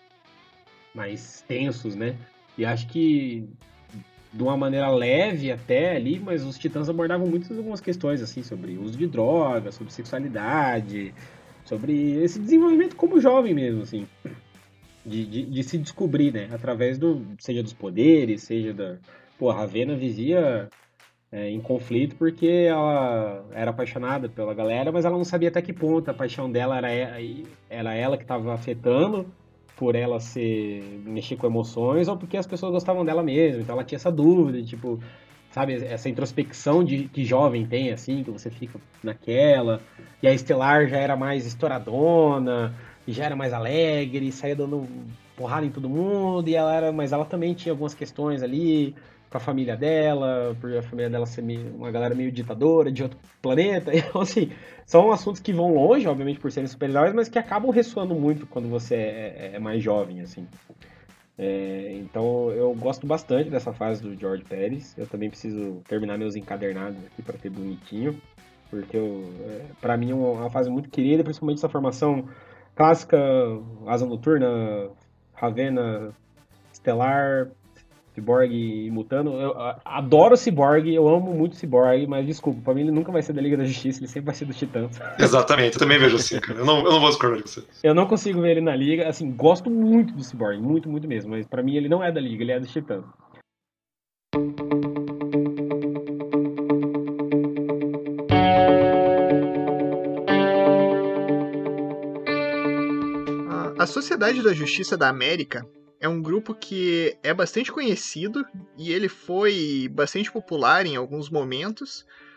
tensos, né? E acho que de uma maneira leve até ali, mas os Titãs abordavam muitas algumas questões, assim, sobre uso de drogas, sobre sexualidade, sobre esse desenvolvimento como jovem mesmo, assim, de se descobrir, né? Através seja dos poderes, seja da... a Ravena vivia... em conflito porque ela era apaixonada pela galera, mas ela não sabia até que ponto a paixão dela era ela que estava afetando por ela mexer com emoções ou porque as pessoas gostavam dela mesmo. Então ela tinha essa dúvida, tipo, sabe, essa introspecção que jovem tem, assim, que você fica naquela. E a Estelar já era mais estouradona, e já era mais alegre, saía dando porrada em todo mundo, mas ela também tinha algumas questões ali com a família dela, por a família dela ser uma galera meio ditadora, de outro planeta. Então, assim, são assuntos que vão longe, obviamente, por serem super-heróis, mas que acabam ressoando muito quando você é mais jovem, assim. Então, eu gosto bastante dessa fase do George Pérez. Eu também preciso terminar meus encadernados aqui para ter bonitinho, porque pra mim é uma fase muito querida, principalmente essa formação clássica, Asa Noturna, Ravena, Estelar, Cyborg e Mutano. Eu adoro o Cyborg, eu amo muito o Cyborg, mas desculpa, pra mim ele nunca vai ser da Liga da Justiça, ele sempre vai ser dos Titãs. Exatamente, eu também vejo assim, cara. Eu não vou discordar com você. Eu não consigo ver ele na Liga, assim, gosto muito do Cyborg, muito, muito mesmo, mas pra mim ele não é da Liga, ele é dos Titãs. A Sociedade da Justiça da América é um grupo que é bastante conhecido e ele foi bastante popular em alguns momentos.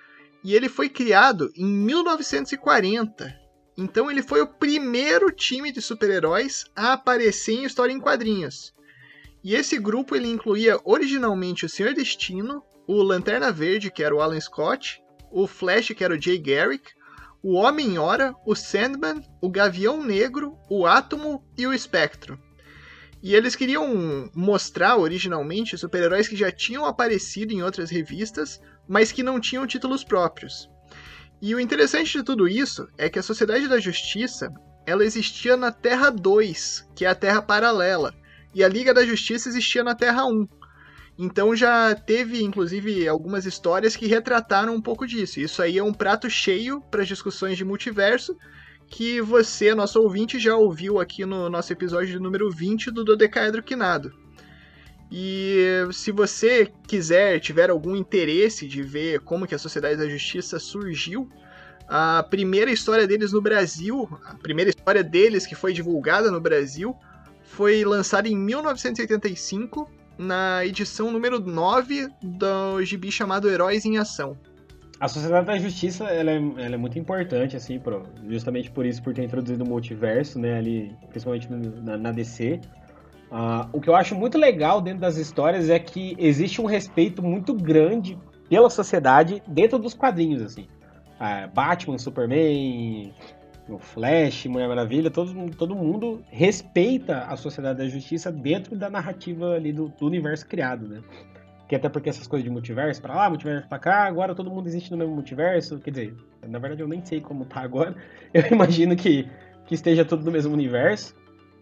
E ele foi criado em 1940. Então ele foi o primeiro time de super-heróis a aparecer em história em quadrinhos. E esse grupo ele incluía originalmente o Senhor Destino, o Lanterna Verde, que era o Alan Scott, o Flash, que era o Jay Garrick, o Homem-Hora, o Sandman, o Gavião Negro, o Átomo e o Espectro. E eles queriam mostrar originalmente super-heróis que já tinham aparecido em outras revistas, mas que não tinham títulos próprios. E o interessante de tudo isso é que a Sociedade da Justiça ela existia na Terra 2, que é a Terra paralela, e a Liga da Justiça existia na Terra 1. Então já teve, inclusive, algumas histórias que retrataram um pouco disso. Isso aí é um prato cheio para as discussões de multiverso, que você, nosso ouvinte, já ouviu aqui no nosso episódio número 20 do Dodecaedro Quinado. E se você tiver algum interesse de ver como que a Sociedade da Justiça surgiu, a primeira história deles no Brasil, a primeira história deles que foi divulgada no Brasil, foi lançada em 1985, na edição número 9 do gibi chamado Heróis em Ação. A Sociedade da Justiça, ela é muito importante, assim, justamente por isso, por ter introduzido o multiverso, né, ali, principalmente na DC. O que eu acho muito legal dentro das histórias é que existe um respeito muito grande pela sociedade dentro dos quadrinhos, assim. Batman, Superman, o Flash, Mulher Maravilha, todo mundo respeita a Sociedade da Justiça dentro da narrativa ali do universo criado, né? Que até porque essas coisas de multiverso pra lá, multiverso pra cá, agora todo mundo existe no mesmo multiverso. Quer dizer, na verdade eu nem sei como tá agora. Eu imagino que esteja tudo no mesmo universo.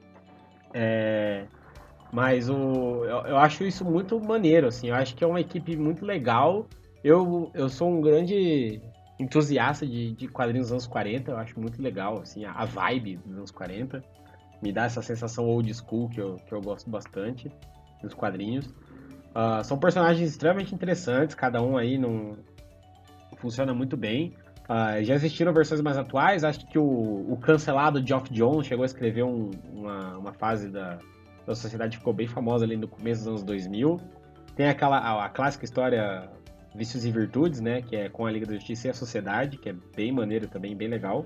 Mas eu acho isso muito maneiro, assim. Eu acho que é uma equipe muito legal. Eu sou um grande entusiasta de quadrinhos dos anos 40. Eu acho muito legal, assim, a vibe dos anos 40. Me dá essa sensação old school que eu gosto bastante dos quadrinhos. São personagens extremamente interessantes, cada um aí funciona muito bem. Já existiram versões mais atuais, acho que o cancelado Geoff Johns chegou a escrever uma fase da Sociedade que ficou bem famosa ali no começo dos anos 2000. Tem a clássica história Vícios e Virtudes, né, que é com a Liga da Justiça e a Sociedade, que é bem maneiro também, bem legal.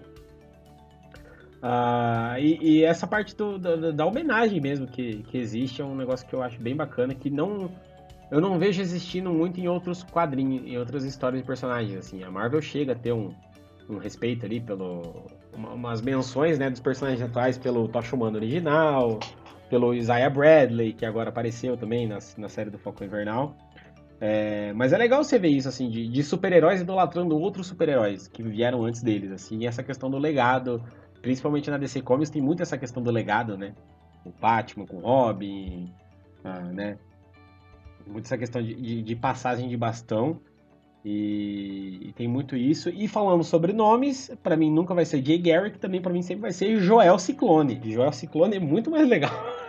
E essa parte da homenagem mesmo que existe é um negócio que eu acho bem bacana, que eu não vejo existindo muito em outros quadrinhos, em outras histórias de personagens, assim. A Marvel chega a ter um respeito ali umas menções, né, dos personagens atuais pelo Tocha Humana original, pelo Isaiah Bradley, que agora apareceu também na série do Falcão Invernal. Mas é legal você ver isso, assim, de super-heróis idolatrando outros super-heróis que vieram antes deles, assim, e essa questão do legado, principalmente na DC Comics, tem muito essa questão do legado, né? O Batman com o Robin, né? Muito essa questão de passagem de bastão, e tem muito isso. E falando sobre nomes, pra mim nunca vai ser Jay Garrick, também pra mim sempre vai ser Joel Ciclone. Joel Ciclone é muito mais legal.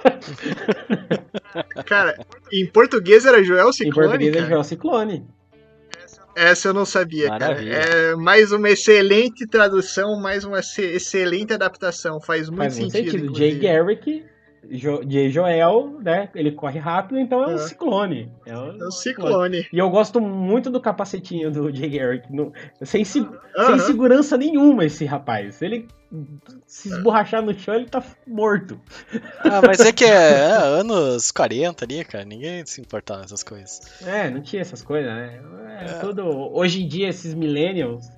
Cara, em português era Joel Ciclone? Em português é Joel Ciclone. Essa eu não sabia, Maravilha. cara. É mais uma excelente tradução, mais uma excelente adaptação. Faz muito sentido. Jay Garrick, Jay Joel, né? Ele corre rápido, então é um ciclone. É um ciclone. E eu gosto muito do capacetinho do Jay Garrick. Sem segurança nenhuma, esse rapaz. Ele se esborrachar no chão, ele tá morto. Mas é que é anos 40 ali, cara. Ninguém se importava nessas coisas. Não tinha essas coisas, né? Hoje em dia, esses millennials...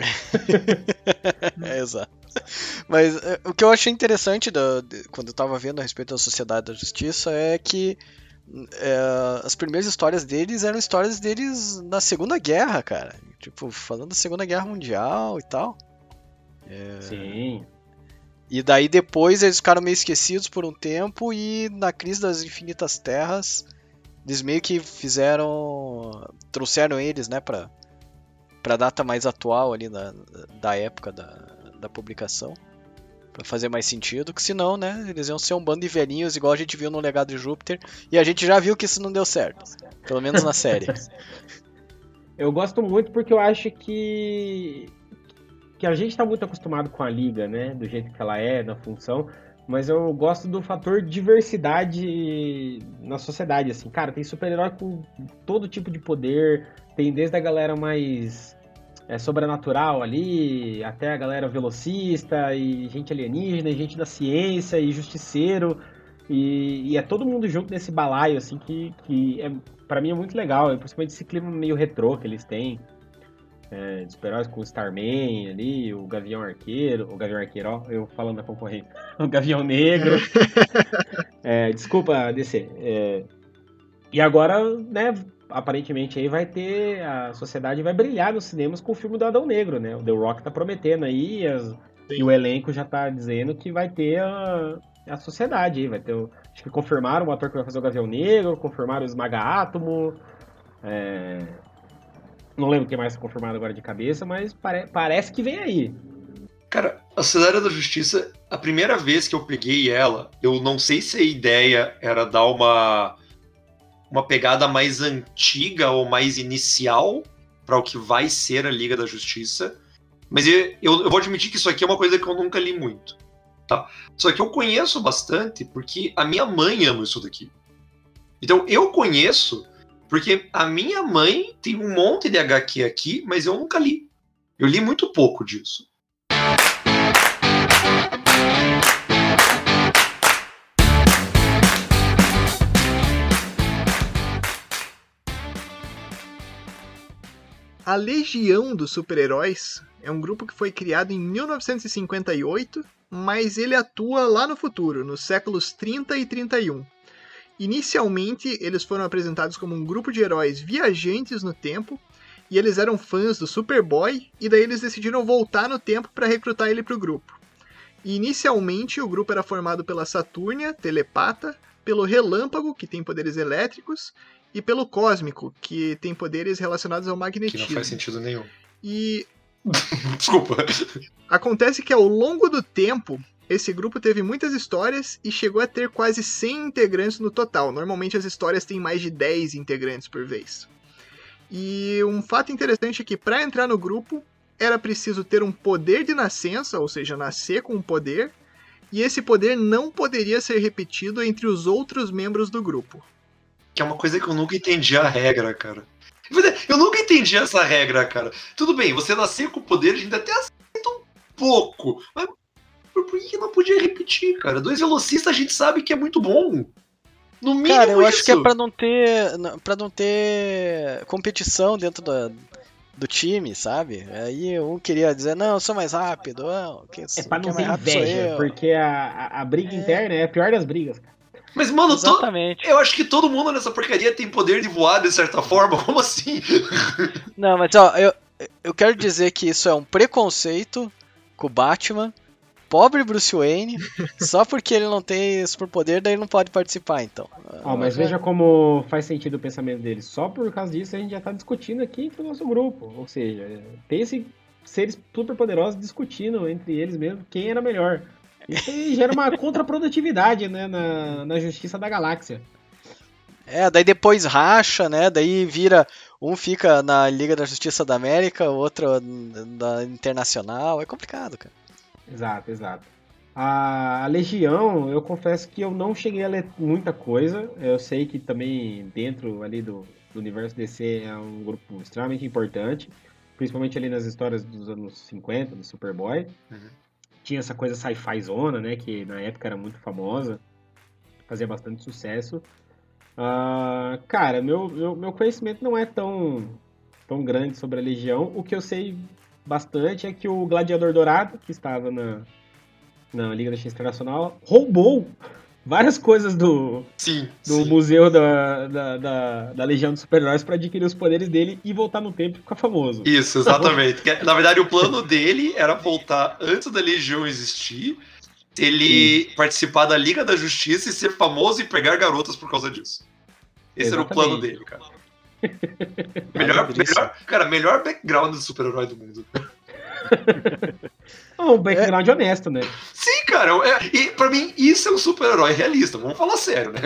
Exato. Mas o que eu achei interessante quando eu tava vendo a respeito da Sociedade da Justiça é que as primeiras histórias deles eram histórias deles na Segunda Guerra, cara. Tipo, falando da Segunda Guerra Mundial e tal. Sim. E daí depois eles ficaram meio esquecidos por um tempo e na Crise das Infinitas Terras eles meio que trouxeram eles, né, pra data mais atual ali da época da publicação, pra fazer mais sentido, que senão, né, eles iam ser um bando de velhinhos igual a gente viu no Legado de Júpiter, e a gente já viu que isso não deu certo, pelo menos na série. Eu gosto muito porque eu acho que a gente tá muito acostumado com a Liga, né, do jeito que ela é, na função, mas eu gosto do fator diversidade na sociedade, assim. Cara, tem super-herói com todo tipo de poder, tem desde a galera mais sobrenatural ali, até a galera velocista, e gente alienígena, e gente da ciência, e justiceiro, e é todo mundo junto nesse balaio, assim, que pra mim é muito legal, principalmente esse clima meio retrô que eles têm, de super-heróis com o Starman ali, o Gavião Arqueiro, ó, eu falando da concorrente, o Gavião Negro, desculpa, DC, e agora, né, aparentemente aí a sociedade vai brilhar nos cinemas com o filme do Adão Negro, né? O The Rock tá prometendo aí, e o elenco já tá dizendo que vai ter a sociedade aí, vai ter acho que confirmaram o ator que vai fazer o Gavião Negro, confirmaram o Esmaga Átomo, não lembro o que mais tá confirmado agora de cabeça, mas parece que vem aí. Cara, a Sociedade da Justiça, a primeira vez que eu peguei ela, eu não sei se a ideia era dar uma pegada mais antiga ou mais inicial para o que vai ser a Liga da Justiça, mas eu vou admitir que isso aqui é uma coisa que eu nunca li muito, tá? Só que eu conheço bastante porque a minha mãe ama isso daqui. Então eu conheço porque a minha mãe tem um monte de HQ aqui, mas eu nunca li. Eu li muito pouco disso. A Legião dos Super-Heróis é um grupo que foi criado em 1958, mas ele atua lá no futuro, nos séculos 30 e 31. Inicialmente, eles foram apresentados como um grupo de heróis viajantes no tempo, e eles eram fãs do Superboy, e daí eles decidiram voltar no tempo para recrutar ele para o grupo. E inicialmente, o grupo era formado pela Saturnia, telepata, pelo Relâmpago, que tem poderes elétricos, e pelo Cósmico, que tem poderes relacionados ao magnetismo. Que não faz sentido nenhum. E desculpa. Acontece que ao longo do tempo, esse grupo teve muitas histórias e chegou a ter quase 100 integrantes no total. Normalmente as histórias têm mais de 10 integrantes por vez. E um fato interessante é que para entrar no grupo era preciso ter um poder de nascença, ou seja, nascer com um poder, e esse poder não poderia ser repetido entre os outros membros do grupo. Que é uma coisa que eu nunca entendi a regra, cara. Eu nunca entendi essa regra, cara. Tudo bem, você nascer com o poder, a gente até aceita um pouco. Mas por que não podia repetir, cara? 2 velocistas a gente sabe que é muito bom. No mínimo cara, eu isso. acho que é pra não ter competição dentro do time, sabe? Aí um queria dizer, não, eu sou mais rápido. Não, pra não ter inveja, porque a briga interna é a pior das brigas, cara. Mas, mano, exatamente. Eu acho que todo mundo nessa porcaria tem poder de voar de certa forma. Como assim? Não, mas ó, eu quero dizer que isso é um preconceito com o Batman, pobre Bruce Wayne, só porque ele não tem superpoder, daí ele não pode participar, então. Mas veja como faz sentido o pensamento dele. Só por causa disso a gente já tá discutindo aqui entre o nosso grupo. Ou seja, pense seres super poderosos discutindo entre eles mesmo quem era melhor. Isso aí gera uma contraprodutividade, né, na Justiça da Galáxia. Daí depois racha, né, daí vira, um fica na Liga da Justiça da América, o outro na Internacional, é complicado, cara. Exato. A Legião, eu confesso que eu não cheguei a ler muita coisa, eu sei que também dentro ali do universo DC é um grupo extremamente importante, principalmente ali nas histórias dos anos 50, do Superboy. Tinha essa coisa sci-fi zona, né, que na época era muito famosa, fazia bastante sucesso. Cara, meu conhecimento não é tão grande sobre a Legião. O que eu sei bastante é que o Gladiador Dourado, que estava na Liga da Justiça Internacional, roubou várias coisas do museu da Legião dos Super-Heróis para adquirir os poderes dele e voltar no tempo e ficar famoso. Isso, exatamente. Na verdade, o plano dele era voltar antes da Legião existir, ele participar da Liga da Justiça e ser famoso e pegar garotas por causa disso. Esse era o plano dele, cara. melhor background do super-herói do mundo. Um background honesto, né? Sim, cara. E pra mim, isso é um super-herói realista. Vamos falar sério, né?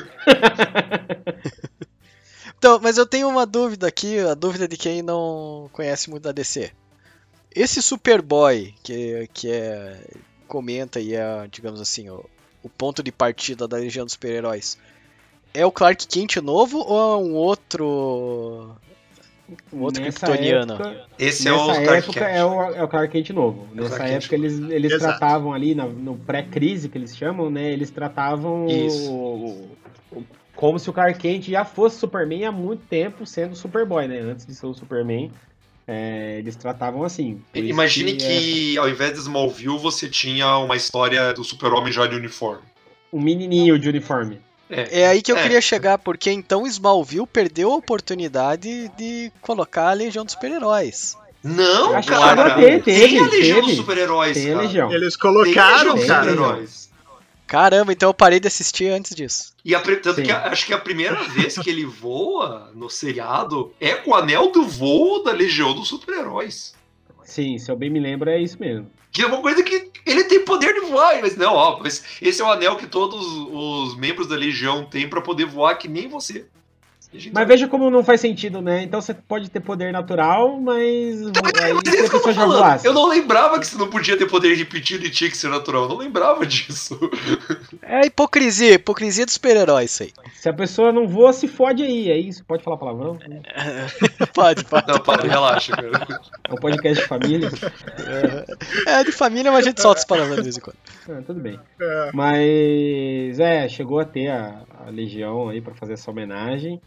Então, mas eu tenho uma dúvida aqui, a dúvida de quem não conhece muito da DC. Esse Superboy, que comenta e é, digamos assim, o ponto de partida da Legião dos Super-Heróis, é o Clark Kent novo ou é um outro Um outro Nessa kryptoniano. Esse é o Nessa Clark época Kent. é o Clark Kent novo. É o Nessa Clark Kent época eles Exato. tratavam ali, no pré-crise que eles chamam, né? Eles tratavam Isso. como se o Clark Kent já fosse Superman há muito tempo sendo Superboy, né? Antes de ser o Superman, eles tratavam assim. Por isso Imagine que ao invés de Smallville você tinha uma história do Super-Homem já de uniforme. um menininho de uniforme. É aí que eu queria chegar, porque então Smallville perdeu a oportunidade de colocar a Legião dos Super-Heróis. Não, Acho que cara. chegou a ter, Tem a Legião dos teve. Super-Heróis, Tem a cara. Legião. Eles Tem colocaram, a Legião dos cara. Super-Heróis. Caramba, então eu parei de assistir antes disso. E tanto Sim. que acho que a primeira vez que ele voa no seriado é com o anel do voo da Legião dos Super-Heróis. Sim, se eu bem me lembro, é isso mesmo. Que é uma coisa que ele tem poder de voar, mas não, ó, mas esse é o anel que todos os membros da Legião têm pra poder voar que nem você. Mas veja como não faz sentido, né? Então você pode ter poder natural, mas aí Mas se é a isso que eu tô pessoa já falando. voasse. Eu não lembrava que você não podia ter poder repetido e tinha que ser natural. Eu não lembrava disso. É hipocrisia dos super-heróis isso aí. Se a pessoa não voa, se fode aí. É isso? Pode falar palavrão? Pode. Não, para, relaxa, cara. É um podcast de família. De família, mas a gente solta as palavras de vez em quando. Tudo bem. É. Mas, chegou a ter a Legião aí pra fazer essa homenagem.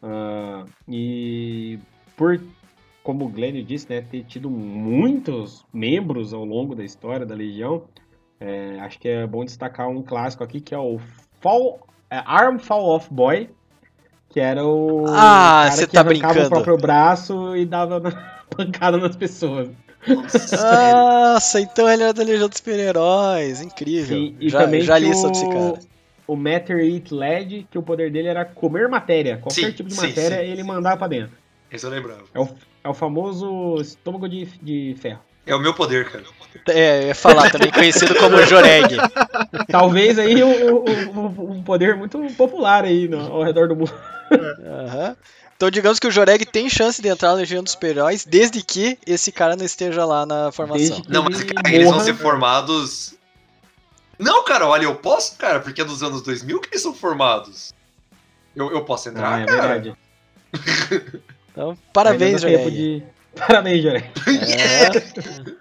E como o Glênio disse, né, ter tido muitos membros ao longo da história da Legião, acho que é bom destacar um clássico aqui, que é o Arm Fall Off Boy, que era o cara você que tá arrancava brincando. o próprio braço e dava pancada nas pessoas. Nossa, então ele era da Legião dos Super-Heróis. Incrível. Sim, e já também li tinha sobre esse cara. o Matter Eat Led, que o poder dele era comer matéria. Qualquer Sim, tipo de sim, matéria, sim. ele mandava pra dentro. Esse eu lembrava. É o famoso estômago de ferro. É o meu poder, cara. Eu ia falar, também conhecido como Joreg. Talvez aí um poder muito popular aí ao redor do mundo. Aham. Então digamos que o Joreg tem chance de entrar na Legião dos Super-Heróis, desde que esse cara não esteja lá na formação. Desde que Não, mas ele cara, eles vão morra. ser formados. Não, cara, olha, eu posso, cara, porque é dos anos 2000 que eles são formados. Eu posso entrar, É cara. verdade. Então, parabéns, Ainda dá tempo Joreg. Parabéns, Joreg. É.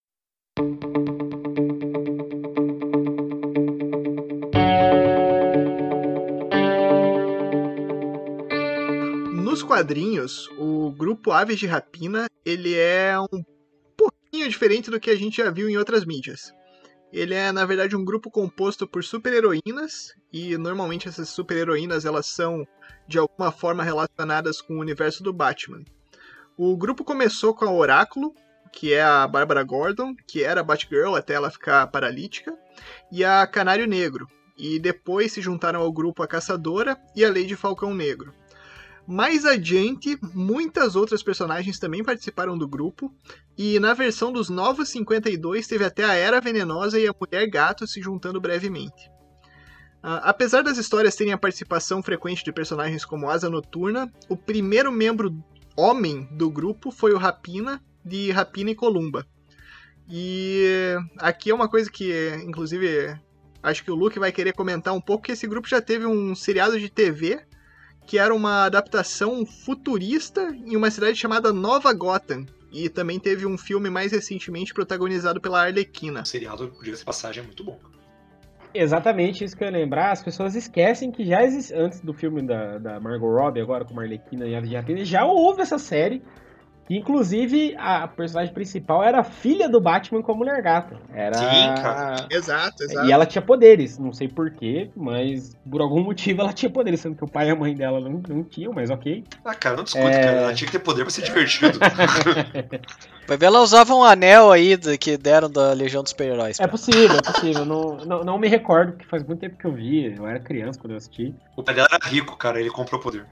Nos quadrinhos, o grupo Aves de Rapina, ele é um pouquinho diferente do que a gente já viu em outras mídias. Ele é, na verdade, um grupo composto por super-heroínas, e normalmente essas super-heroínas elas são, de alguma forma, relacionadas com o universo do Batman. O grupo começou com a Oráculo, que é a Bárbara Gordon, que era a Batgirl até ela ficar paralítica, e a Canário Negro, e depois se juntaram ao grupo a Caçadora e a Lady Falcão Negro. Mais adiante, muitas outras personagens também participaram do grupo, e na versão dos Novos 52 teve até a Era Venenosa e a Mulher Gato se juntando brevemente. Apesar das histórias terem a participação frequente de personagens como Asa Noturna, o primeiro membro homem do grupo foi o Rapina, de Rapina e Columba. E aqui é uma coisa que, inclusive, acho que o Luke vai querer comentar um pouco, que esse grupo já teve um seriado de TV que era uma adaptação futurista em uma cidade chamada Nova Gotham. E também teve um filme mais recentemente protagonizado pela Arlequina. O seriado, diga-se de passagem, é muito bom. Exatamente isso que eu ia lembrar. As pessoas esquecem que já existe, antes do filme da Margot Robbie, agora com a Arlequina e a Aves de Rapina, já houve essa série. Que, inclusive, a personagem principal era a filha do Batman com a Mulher Gata. Sim, cara. Exato. E ela tinha poderes, não sei porquê, mas por algum motivo ela tinha poderes, sendo que o pai e a mãe dela não tinham, mas ok. Ah, cara, não discute, cara. Ela tinha que ter poder pra ser divertido. Vai ver, ela usava um anel aí que deram da Legião dos Super-Heróis. É possível. Não me recordo, porque faz muito tempo que eu vi, eu era criança quando eu assisti. O pai dela era rico, cara, ele comprou poder.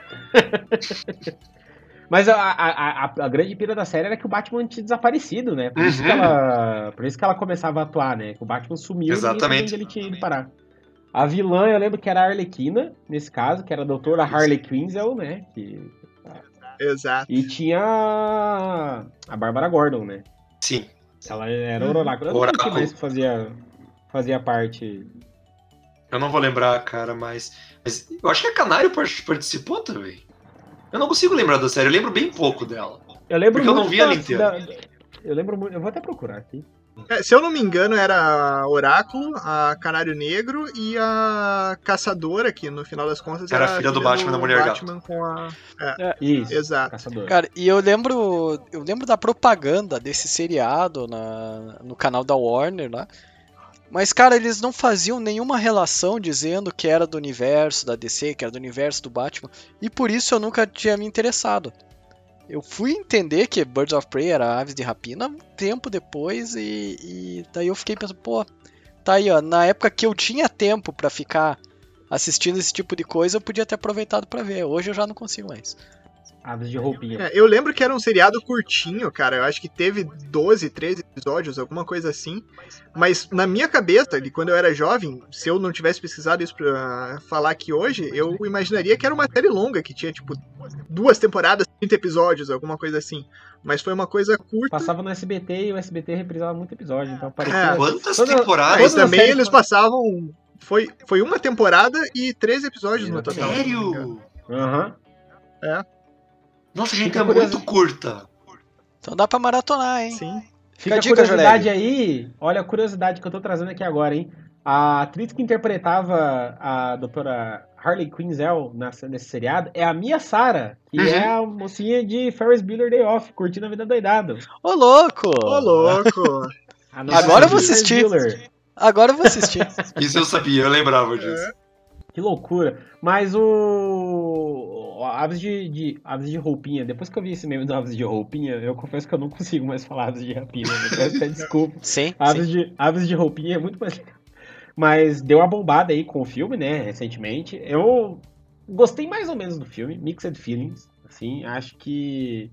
Mas a grande pira da série era que o Batman tinha desaparecido, né? Por isso que ela começava a atuar, né? Que o Batman sumiu e ninguém sabia onde ele tinha ido parar. A vilã, eu lembro que era a Arlequina, nesse caso, que era a doutora Harley Quinzel, né? Exato. E tinha a Bárbara Gordon, né? Sim. Ela era o Oráculo. Eu não sei o que mais fazia parte. Eu não vou lembrar, cara, mas eu acho que a Canário participou também. Eu não consigo lembrar da série, eu lembro bem pouco dela. Eu lembro Porque eu não muito vi ela inteira. Eu lembro muito. Eu vou até procurar aqui. Se eu não me engano, era a Oráculo, a Canário Negro e a Caçadora, que no final das contas Era a filha do Batman e da Mulher Batman com a... Isso. Exato. Caçador. Cara, e eu lembro da propaganda desse seriado no canal da Warner lá. Mas, cara, eles não faziam nenhuma relação dizendo que era do universo da DC, que era do universo do Batman. E por isso eu nunca tinha me interessado. Eu fui entender que Birds of Prey era Aves de Rapina um tempo depois e daí eu fiquei pensando, pô, tá aí, ó, na época que eu tinha tempo pra ficar assistindo esse tipo de coisa, eu podia ter aproveitado pra ver. Hoje eu já não consigo mais. Aves de roupinha. Eu lembro que era um seriado curtinho, cara. Eu acho que teve 12, 13 episódios, alguma coisa assim. Mas na minha cabeça, de quando eu era jovem, se eu não tivesse pesquisado isso pra falar aqui hoje, eu imaginaria que era uma série longa, que tinha, tipo, 2 temporadas, 30 episódios, alguma coisa assim. Mas foi uma coisa curta. Passava no SBT e o SBT reprisava muito episódio. Então parecia. Quantas toda- temporadas? Mas todas as também séries- eles passavam... Foi uma temporada e 13 episódios no total. Sério? Aham. Nossa, gente, Fica é curioso. muito curta. Então dá pra maratonar, hein? Sim. Fica a dica, curiosidade Jorelli. aí. Olha a curiosidade que eu tô trazendo aqui agora, hein? A atriz que interpretava a doutora Harley Quinzel nesse seriado é a Mia Sara, que Uhum. é a mocinha de Ferris Bueller Day Off, curtindo a vida doidada. Ô, louco! Ô, louco. A nova Agora eu vou Ferris assistir. Bueller. Agora eu vou assistir. Isso eu sabia, eu lembrava disso. Que loucura. Mas o Aves de roupinha, depois que eu vi esse meme do Aves de roupinha, eu confesso que eu não consigo mais falar Aves de rapina. Eu peço até desculpa. Sim, sim. Aves de roupinha é muito mais legal. Mas deu uma bombada aí com o filme, né, recentemente. Eu gostei mais ou menos do filme, Mixed Feelings, assim, acho que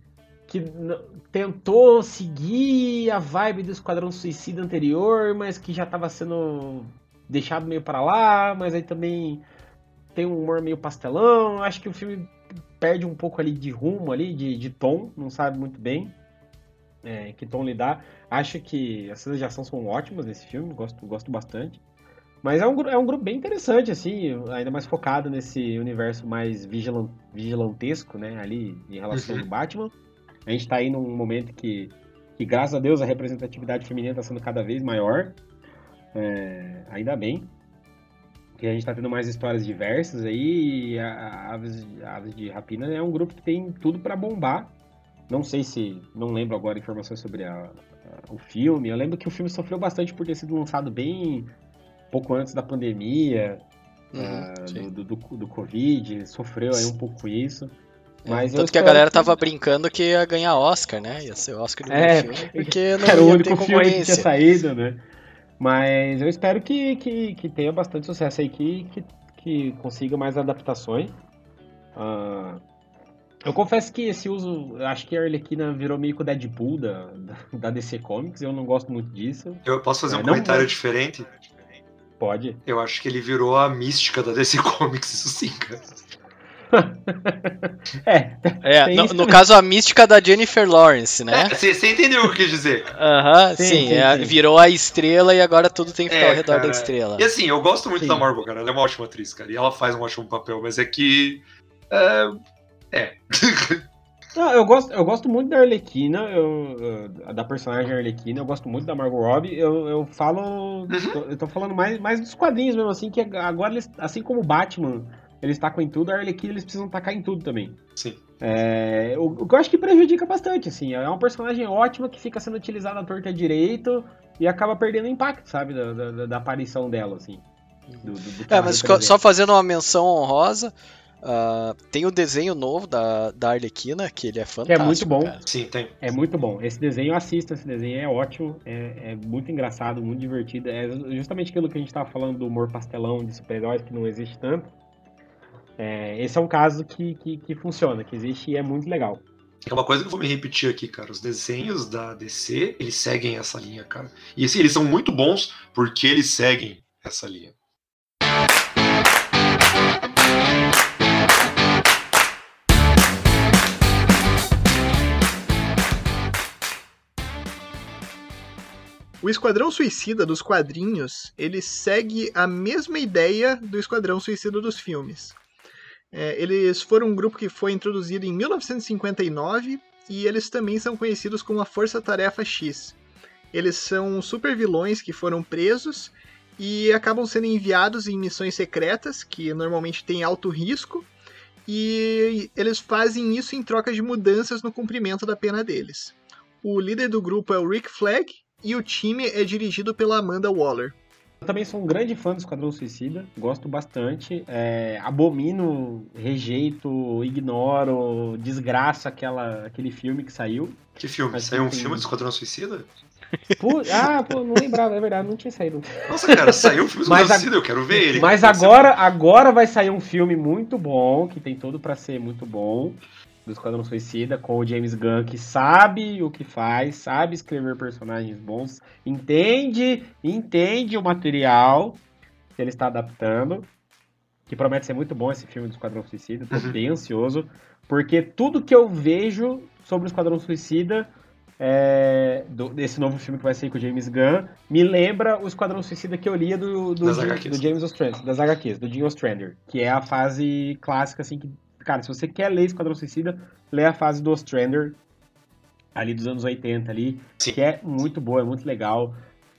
tentou seguir a vibe do Esquadrão Suicida anterior, mas que já estava sendo deixado meio pra lá, mas aí também tem um humor meio pastelão. Acho que o filme perde um pouco ali de rumo, ali, de tom, não sabe muito bem que tom lidar. Acho que as cenas de ação são ótimas nesse filme, gosto bastante. Mas é um grupo bem interessante, assim, ainda mais focado nesse universo mais vigilantesco, né, ali, em relação ao Batman. A gente tá aí num momento que graças a Deus, a representatividade feminina tá sendo cada vez maior. Ainda bem. Que a gente tá tendo mais histórias diversas aí, e a Aves de Rapina é um grupo que tem tudo pra bombar. Não lembro agora informações sobre o filme. Eu lembro que o filme sofreu bastante por ter sido lançado bem pouco antes da pandemia, do Covid, sofreu aí um pouco com isso. Mas eu Tanto que a espero galera tava brincando que ia ganhar Oscar, né? Ia ser Oscar do filme, porque não era o ia único ter filme que tinha concorrência. saído, né? Mas eu espero que tenha bastante sucesso aí, que consiga mais adaptações. Eu confesso que esse uso, acho que a Arlequina virou meio que o Deadpool da DC Comics, eu não gosto muito disso. Eu posso fazer um Não comentário gosto. diferente? Pode. Eu acho que ele virou a mística da DC Comics, isso sim, cara. Tem isso No também. caso, a mística da Jennifer Lawrence, né? Você entendeu o que eu quis dizer? Aham, Sim, sim, sim. virou a estrela e agora tudo tem que ficar ao redor cara. da estrela. E assim, eu gosto muito Sim. da Margot, cara. Ela é uma ótima atriz, cara. E ela faz um ótimo papel, mas é que. Não, eu gosto muito da Arlequina, da personagem Arlequina, eu gosto muito da Margot Robbie. Eu tô falando mais dos quadrinhos mesmo, assim, que agora, assim como o Batman, eles tacam em tudo, a Arlequina eles precisam tacar em tudo também. Sim. O que eu acho que prejudica bastante, assim, é uma personagem ótima que fica sendo utilizada à torta e à direito e acaba perdendo impacto, sabe, da aparição dela, assim. Mas só fazendo uma menção honrosa, tem o desenho novo da Arlequina, que ele é fantástico. Que é muito bom. Cara. Sim, tem. É muito bom. Esse desenho, assista, esse desenho é ótimo, é muito engraçado, muito divertido. É justamente aquilo que a gente tava falando do humor pastelão de super-heróis que não existe tanto. Esse é um caso que funciona, que existe e é muito legal. É uma coisa que eu vou me repetir aqui, cara. Os desenhos da DC, eles seguem essa linha, cara. E assim, eles são muito bons porque eles seguem essa linha. O Esquadrão Suicida dos quadrinhos, ele segue a mesma ideia do Esquadrão Suicida dos filmes. Eles foram um grupo que foi introduzido em 1959 e eles também são conhecidos como a Força Tarefa X. Eles são super vilões que foram presos e acabam sendo enviados em missões secretas, que normalmente têm alto risco, e eles fazem isso em troca de mudanças no cumprimento da pena deles. O líder do grupo é o Rick Flag e o time é dirigido pela Amanda Waller. Eu também sou um grande fã do Esquadrão Suicida, gosto bastante, abomino, rejeito, ignoro, desgraço aquele filme que saiu. Que filme? Mas Saiu um tem- filme do Esquadrão Suicida? Pô, não lembrava, é verdade, não tinha saído. Nossa, cara, saiu um filme do Mas Esquadrão Suicida, eu quero ver ele. Mas Vai ser agora vai sair um filme muito bom, que tem tudo pra ser muito bom, do Esquadrão Suicida, com o James Gunn, que sabe o que faz, sabe escrever personagens bons, entende o material que ele está adaptando, que promete ser muito bom esse filme do Esquadrão Suicida, tô bem ansioso, porque tudo que eu vejo sobre o Esquadrão Suicida, desse novo filme que vai sair com o James Gunn, me lembra o Esquadrão Suicida que eu lia Das HQs. do James Ostrander, das HQs, do Jim Ostrander, que é a fase clássica, assim, que, cara, se você quer ler Esquadrão Suicida, lê a fase do Ostrander, ali dos anos 80 ali, Sim. que é muito boa, é muito legal.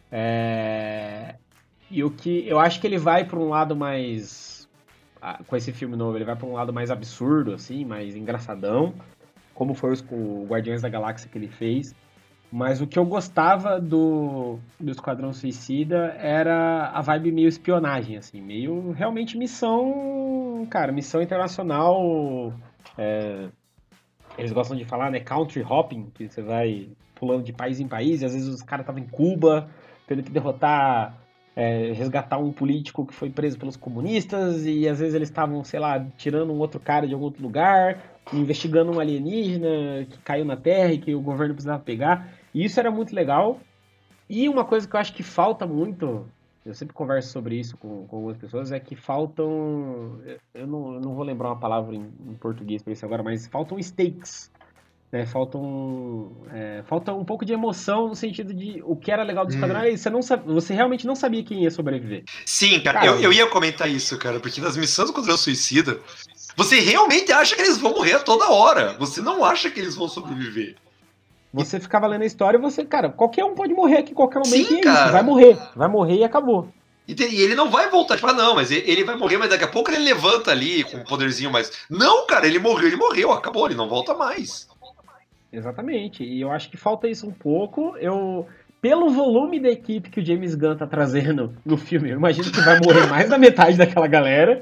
E o que eu acho que ele vai para um lado mais, com esse filme novo, ele vai para um lado mais absurdo, assim, mais engraçadão, como foi o Guardiões da Galáxia que ele fez. Mas o que eu gostava do Esquadrão Suicida era a vibe meio espionagem, assim, meio realmente missão internacional. Eles gostam de falar, né, country hopping, que você vai pulando de país em país, e às vezes os caras estavam em Cuba, tendo que resgatar um político que foi preso pelos comunistas, e às vezes eles estavam, sei lá, tirando um outro cara de algum outro lugar, investigando um alienígena que caiu na Terra e que o governo precisava pegar. E isso era muito legal. E uma coisa que eu acho que falta muito, eu sempre converso sobre isso com algumas pessoas, é que faltam, eu não vou lembrar uma palavra em português para isso agora, mas faltam stakes. Né, falta um pouco de emoção no sentido de o que era legal do Esquadrão, você realmente não sabia quem ia sobreviver. Sim, cara, eu ia comentar isso, cara, porque nas missões do Esquadrão Suicida, você realmente acha que eles vão morrer a toda hora. Você não acha que eles vão sobreviver. Você ficava lendo a história e você, cara, qualquer um pode morrer aqui, qualquer momento, Sim, e é cara. isso, vai morrer e acabou. E ele não vai voltar, tipo, não, mas ele vai morrer, mas daqui a pouco ele levanta ali com um poderzinho mais. Não, cara, ele morreu, acabou, ele não volta mais. Exatamente, e eu acho que falta isso um pouco. Pelo volume da equipe que o James Gunn tá trazendo no filme, eu imagino que vai morrer mais da metade daquela galera.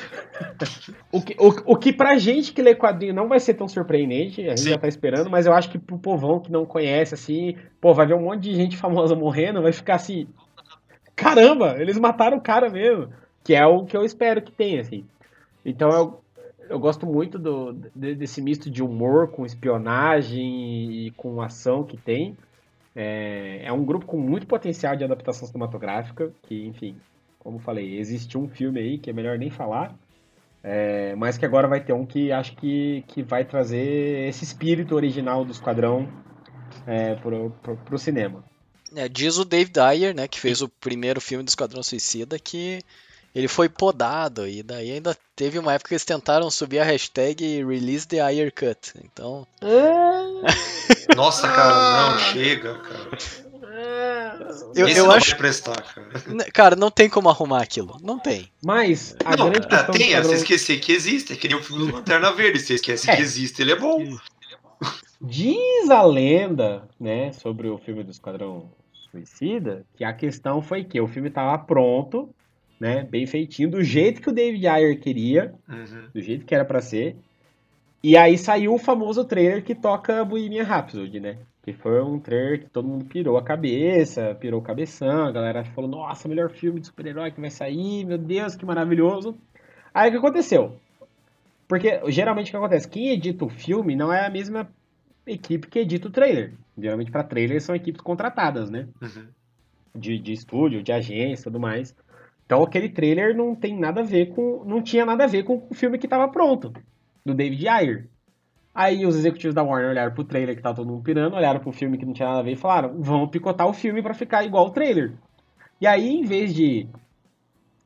O que pra gente que lê quadrinho não vai ser tão surpreendente, a gente Sim. já tá esperando, mas eu acho que pro povão que não conhece, assim, vai ver um monte de gente famosa morrendo, vai ficar assim, caramba, eles mataram o cara mesmo, que é o que eu espero que tenha, assim. Então eu gosto muito desse misto de humor com espionagem e com ação que tem. É um grupo com muito potencial de adaptação cinematográfica, que, enfim, como falei, existe um filme aí que é melhor nem falar, mas que agora vai ter um que acho que vai trazer esse espírito original do Esquadrão pro cinema. Diz o Dave Dyer, né, que fez o primeiro filme do Esquadrão Suicida, que ele foi podado, e daí ainda teve uma época que eles tentaram subir a hashtag Release the Ayer Cut. Então. Nossa, cara, não, chega, cara. Esse Eu não acho. vai prestar, cara. Cara, não tem como arrumar aquilo. Não tem. Mas a Não, grande questão do tem, Esquadrão... você esquecer que existe, é que nem o filme do Lanterna Verde, você esquece que existe, ele é bom. Diz a lenda, né, sobre o filme do Esquadrão Suicida, que a questão foi que o filme estava pronto, né, bem feitinho, do jeito que o David Ayer queria, do jeito que era pra ser, e aí saiu o famoso trailer que toca Bohemian Rhapsody, né, que foi um trailer que todo mundo pirou a cabeça, pirou o cabeção, a galera falou, nossa, melhor filme de super-herói que vai sair, meu Deus, que maravilhoso. Aí o que aconteceu? Porque geralmente o que acontece? Quem edita o filme não é a mesma equipe que edita o trailer. Geralmente para trailer são equipes contratadas, né? De estúdio, de agência e tudo mais. Então aquele trailer não tinha nada a ver com o filme que estava pronto, do David Ayer. Aí os executivos da Warner olharam pro trailer que tava todo mundo pirando, olharam pro filme que não tinha nada a ver e falaram, vamos picotar o filme pra ficar igual o trailer. E aí, em vez de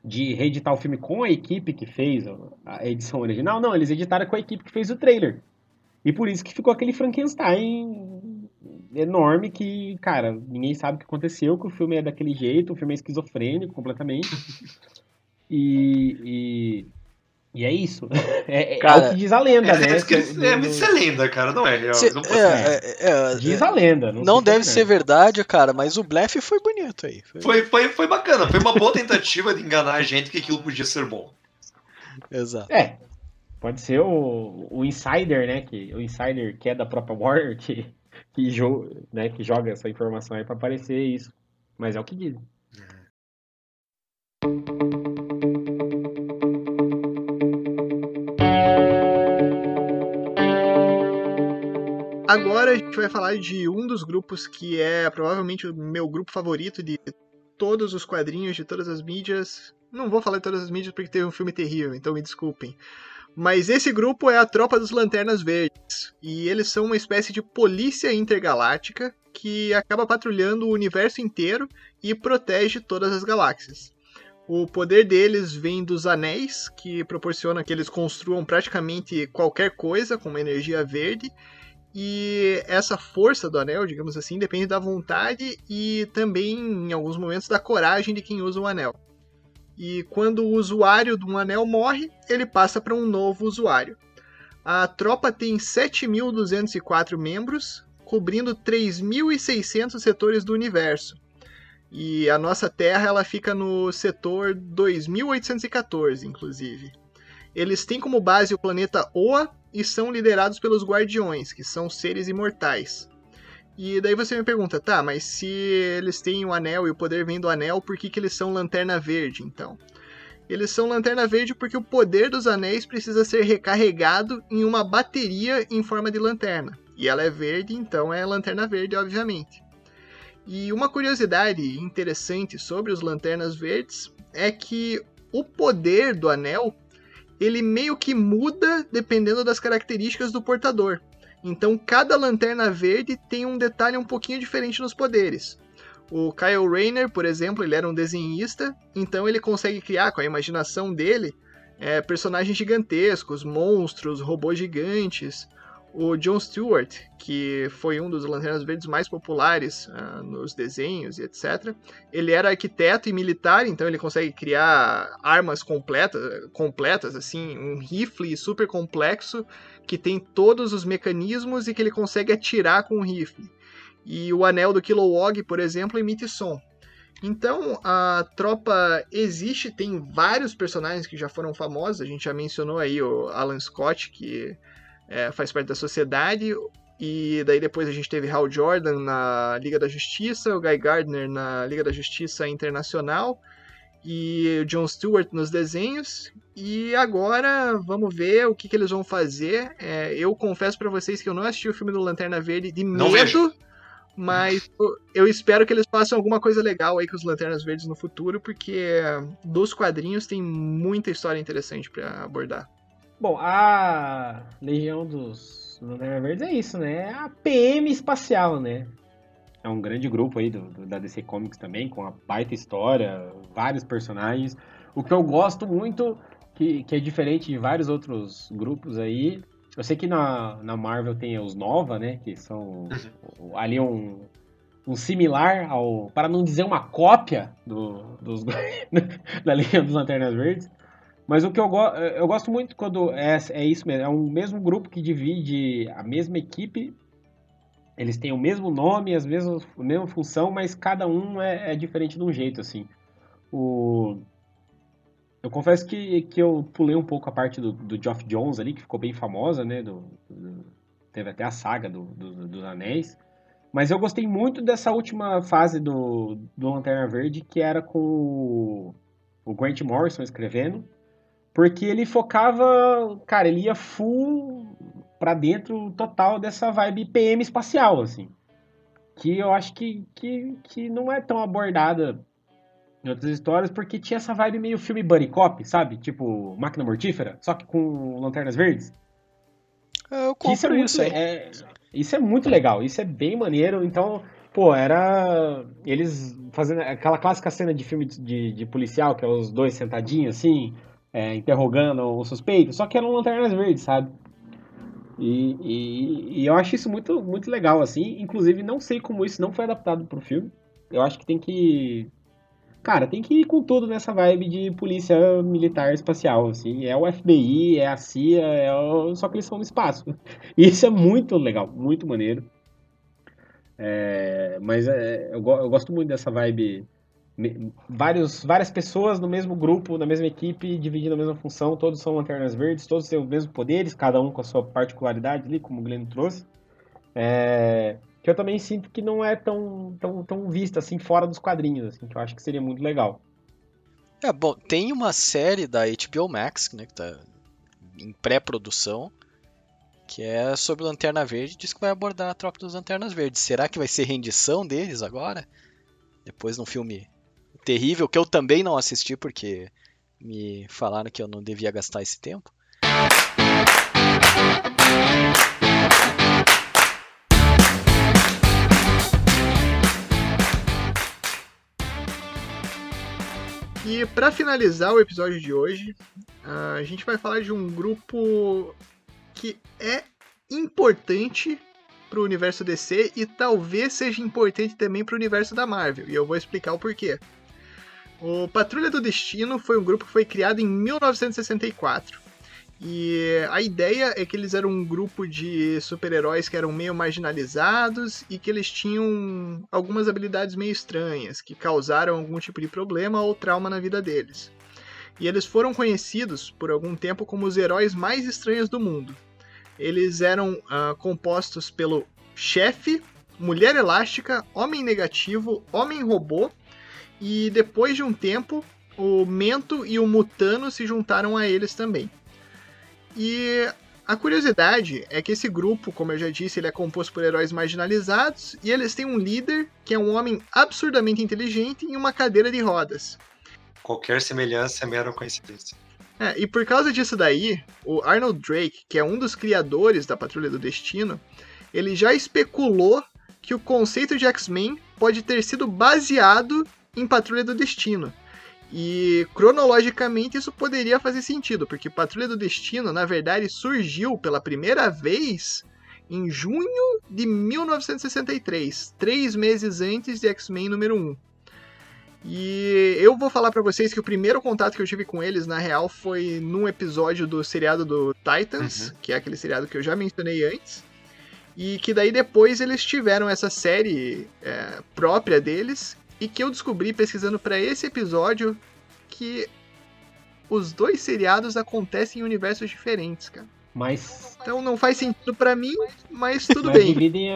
de reeditar o filme com a equipe que fez a edição original. Não, eles editaram com a equipe que fez o trailer. E por isso que ficou aquele Frankenstein enorme que, cara, ninguém sabe o que aconteceu, que o filme é daquele jeito, o filme é esquizofrênico completamente. E é isso. É Cara, o que diz a lenda, né? Isso é lenda, cara, não é real. Não pode ser. Diz a lenda. Não sei deve se é ser verdade, cara, mas o blefe foi bonito aí. Foi bacana, foi uma boa tentativa de enganar a gente que aquilo podia ser bom. Exato. Pode ser o Insider, né? O Insider que é da própria Warner que joga essa informação aí pra aparecer isso. Mas é o que dizem. Agora a gente vai falar de um dos grupos que é provavelmente o meu grupo favorito de todos os quadrinhos, de todas as mídias. Não vou falar de todas as mídias porque teve um filme terrível, então me desculpem. Mas esse grupo é a Tropa dos Lanternas Verdes. E eles são uma espécie de polícia intergaláctica que acaba patrulhando o universo inteiro e protege todas as galáxias. O poder deles vem dos anéis, que proporciona que eles construam praticamente qualquer coisa com uma energia verde. E essa força do anel, digamos assim, depende da vontade e também, em alguns momentos, da coragem de quem usa o anel. E quando o usuário de um anel morre, ele passa para um novo usuário. A tropa tem 7.204 membros, cobrindo 3.600 setores do universo. E a nossa Terra ela fica no setor 2814, inclusive. Eles têm como base o planeta Oa e são liderados pelos Guardiões, que são seres imortais. E daí você me pergunta, tá, mas se eles têm o anel e o poder vem do anel, por que eles são Lanterna Verde, então? Eles são Lanterna Verde porque o poder dos anéis precisa ser recarregado em uma bateria em forma de lanterna. E ela é verde, então é Lanterna Verde, obviamente. E uma curiosidade interessante sobre os Lanternas Verdes é que o poder do anel ele meio que muda dependendo das características do portador. Então cada Lanterna Verde tem um detalhe um pouquinho diferente nos poderes. O Kyle Rayner, por exemplo, ele era um desenhista, então ele consegue criar com a imaginação dele personagens gigantescos, monstros, robôs gigantes. O Jon Stewart, que foi um dos Lanternas Verdes mais populares nos desenhos e etc. Ele era arquiteto e militar, então ele consegue criar armas completas, assim, um rifle super complexo que tem todos os mecanismos e que ele consegue atirar com o rifle. E o anel do Kilowog, por exemplo, emite som. Então, a tropa existe, tem vários personagens que já foram famosos, a gente já mencionou aí o Alan Scott, que faz parte da Sociedade, e daí depois a gente teve Hal Jordan na Liga da Justiça, o Guy Gardner na Liga da Justiça Internacional, e o Jon Stewart nos desenhos, e agora vamos ver o que eles vão fazer. Eu confesso pra vocês que eu não assisti o filme do Lanterna Verde de medo, mas eu espero que eles façam alguma coisa legal aí com os Lanternas Verdes no futuro, porque dos quadrinhos tem muita história interessante pra abordar. Bom, a Legião dos Lanternas Verdes é isso, né? É a PM espacial, né? É um grande grupo aí da DC Comics também, com uma baita história, vários personagens. O que eu gosto muito, que é diferente de vários outros grupos aí, eu sei que na Marvel tem os Nova, né? Que são ali um similar ao, para não dizer uma cópia da Legião dos Lanternas Verdes. Mas o que eu gosto muito quando é isso mesmo, é um mesmo grupo que divide a mesma equipe, eles têm o mesmo nome, a mesma função, mas cada um é diferente de um jeito, assim. Eu confesso que eu pulei um pouco a parte do Geoff Johns ali, que ficou bem famosa, né, teve até a saga dos Anéis, mas eu gostei muito dessa última fase do Lanterna Verde, que era com o Grant Morrison escrevendo, porque ele focava, cara, ele ia full pra dentro total dessa vibe PM espacial, assim. Que eu acho que não é tão abordada em outras histórias, porque tinha essa vibe meio filme buddy cop, sabe? Tipo Máquina Mortífera, só que com lanternas verdes. Eu compro isso aí. Isso é muito legal, isso é bem maneiro, então pô, era eles fazendo aquela clássica cena de filme de policial, que é os dois sentadinhos, assim, interrogando o suspeito, só que eram lanternas verdes, sabe? E eu acho isso muito, muito legal, assim. Inclusive, não sei como isso não foi adaptado pro filme. Eu acho que tem que... Cara, tem que ir com tudo nessa vibe de polícia militar espacial, assim. É o FBI, é a CIA, só que eles são no espaço. E isso é muito legal, muito maneiro. Mas eu gosto muito dessa vibe. Várias pessoas no mesmo grupo, na mesma equipe, dividindo a mesma função. Todos são lanternas verdes, todos têm os mesmos poderes, cada um com a sua particularidade ali, como o Glenn trouxe. Que eu também sinto que não é tão vista assim fora dos quadrinhos, assim, que eu acho que seria muito legal. Bom, tem uma série da HBO Max, né, que tá em pré-produção, que é sobre Lanterna Verde, diz que vai abordar a tropa dos Lanternas Verdes. Será que vai ser rendição deles agora? Depois de um filme terrível, que eu também não assisti, porque me falaram que eu não devia gastar esse tempo. E para finalizar o episódio de hoje, a gente vai falar de um grupo que é importante para o universo DC e talvez seja importante também para o universo da Marvel, e eu vou explicar o porquê. O Patrulha do Destino foi um grupo que foi criado em 1964. E a ideia é que eles eram um grupo de super-heróis que eram meio marginalizados e que eles tinham algumas habilidades meio estranhas, que causaram algum tipo de problema ou trauma na vida deles. E eles foram conhecidos por algum tempo como os heróis mais estranhos do mundo. Eles eram compostos pelo Chefe, Mulher Elástica, Homem Negativo, Homem Robô, e depois de um tempo, o Mento e o Mutano se juntaram a eles também. E a curiosidade é que esse grupo, como eu já disse, ele é composto por heróis marginalizados e eles têm um líder que é um homem absurdamente inteligente em uma cadeira de rodas. Qualquer semelhança é mera coincidência. E por causa disso daí, o Arnold Drake, que é um dos criadores da Patrulha do Destino, ele já especulou que o conceito de X-Men pode ter sido baseado em Patrulha do Destino. E cronologicamente isso poderia fazer sentido, porque Patrulha do Destino, na verdade, surgiu pela primeira vez em junho de 1963, 3 meses antes de X-Men número 1. E eu vou falar pra vocês que o primeiro contato que eu tive com eles, na real, foi num episódio do seriado do Titans, que é aquele seriado que eu já mencionei antes, e que daí depois eles tiveram essa série própria deles, e que eu descobri pesquisando pra esse episódio que os dois seriados acontecem em universos diferentes, cara. Então não faz sentido pra mim, mas tudo bem.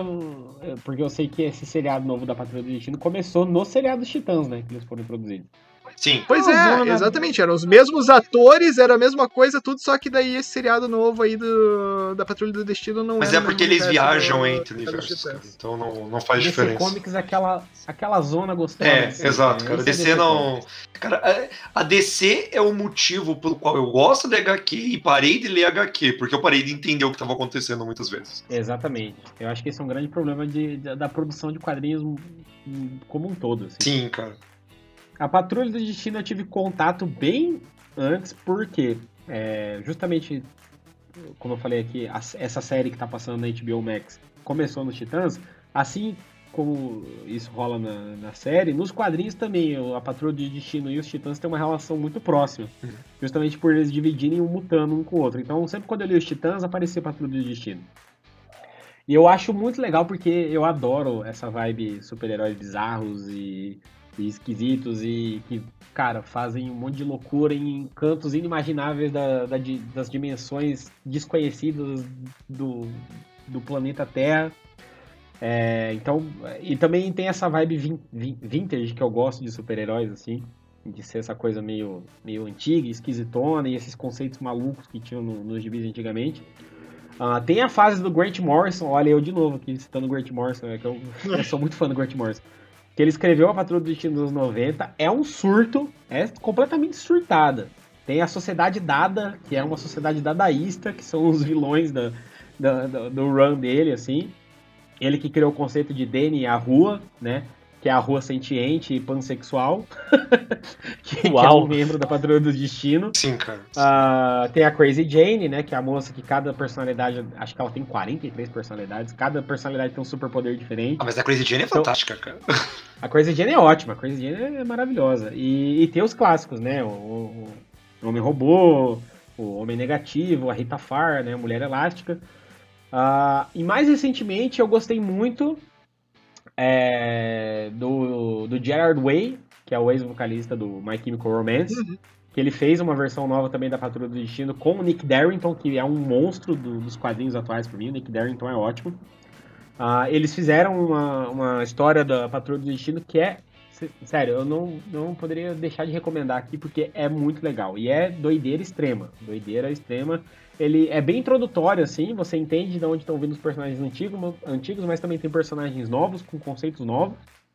Porque eu sei que esse seriado novo da Patrulha do Destino começou no seriado dos Titãs, né? Que eles foram produzidos. Sim. Pois exatamente. Eram os mesmos atores, era a mesma coisa, tudo, só que daí esse seriado novo aí da Patrulha do Destino não Mas é. Mas porque eles viajam entre universos, cara, então não faz diferença. Comics, aquela zona gostosa. Assim, exato, cara. A DC não. Cara, a DC é o motivo pelo qual eu gosto de HQ e parei de ler HQ, porque eu parei de entender o que estava acontecendo muitas vezes. Exatamente. Eu acho que esse é um grande problema da produção de quadrinhos como um todo. Assim. Sim, cara. A Patrulha do Destino eu tive contato bem antes, porque justamente, como eu falei aqui, essa série que tá passando na HBO Max começou nos Titãs, assim como isso rola na série, nos quadrinhos também, a Patrulha do Destino e os Titãs têm uma relação muito próxima, justamente por eles dividirem um mutando um com o outro. Então, sempre quando eu li os Titãs, aparecia a Patrulha do Destino. E eu acho muito legal porque eu adoro essa vibe super-heróis bizarros e esquisitos e que, cara, fazem um monte de loucura em cantos inimagináveis das dimensões desconhecidas do planeta Terra. Então, e também tem essa vibe vintage que eu gosto de super-heróis, assim, de ser essa coisa meio antiga, esquisitona, e esses conceitos malucos que tinham nos gibis antigamente. Tem a fase do Grant Morrison, olha eu de novo aqui citando o Grant Morrison, que eu sou muito fã do Grant Morrison. Que ele escreveu a Patrulha do Destino dos anos 90, é um surto, é completamente surtada. Tem a Sociedade Dada, que é uma sociedade dadaísta, que são os vilões do run dele, assim. Ele que criou o conceito de Danny a Rua, né? Que é a Rua sentiente e pansexual. que é Uau. um membro da Patrulha do Destino. Sim, cara. Tem a Crazy Jane, né? Que é a moça que cada personalidade... Acho que ela tem 43 personalidades. Cada personalidade tem um superpoder diferente. Ah, mas a Crazy Jane é fantástica, cara. A Crazy Jane é ótima. A Crazy Jane é maravilhosa. E tem os clássicos, né? O Homem-Robô, o Homem Negativo, a Rita Farr, né? A Mulher Elástica. E mais recentemente eu gostei muito do Gerard Way, que é o ex-vocalista do My Chemical Romance, que ele fez uma versão nova também da Patrulha do Destino com o Nick Darrington, que é um monstro dos quadrinhos atuais pra mim. O Nick Darrington é ótimo. Eles fizeram uma história da Patrulha do Destino que é... Sério, eu não poderia deixar de recomendar aqui porque é muito legal. E é doideira extrema. Doideira extrema. Ele é bem introdutório, assim. Você entende de onde estão vindo os personagens antigos, mas também tem personagens novos, com conceitos novos.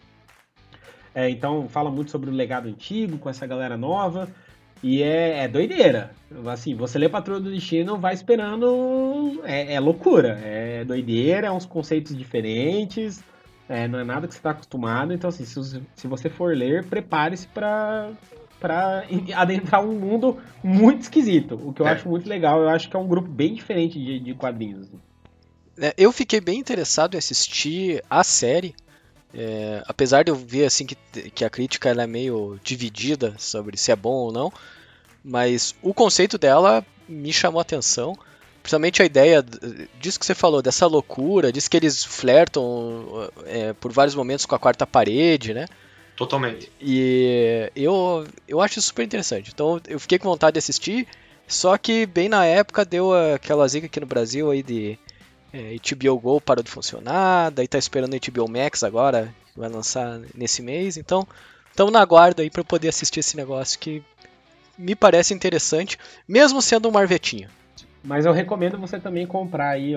Então, fala muito sobre o legado antigo, com essa galera nova. E é doideira. Assim, você lê Patrulha do Destino, vai esperando... É loucura. É doideira, é uns conceitos diferentes... não é nada que você está acostumado, então assim, se você for ler, prepare-se para adentrar um mundo muito esquisito, o que eu acho muito legal. Eu acho que é um grupo bem diferente de quadrinhos. Eu fiquei bem interessado em assistir a série, apesar de eu ver assim que a crítica ela é meio dividida sobre se é bom ou não, mas o conceito dela me chamou a atenção. Principalmente a ideia disso que você falou, dessa loucura, disso que eles flertam por vários momentos com a quarta parede, né? Totalmente. E eu acho isso super interessante. Então eu fiquei com vontade de assistir, só que bem na época deu aquela zica aqui no Brasil aí de HBO Go parou de funcionar, daí tá esperando o HBO Max agora, que vai lançar nesse mês. Então estamos na guarda aí para poder assistir esse negócio que me parece interessante, mesmo sendo um marvetinho. Mas eu recomendo você também comprar aí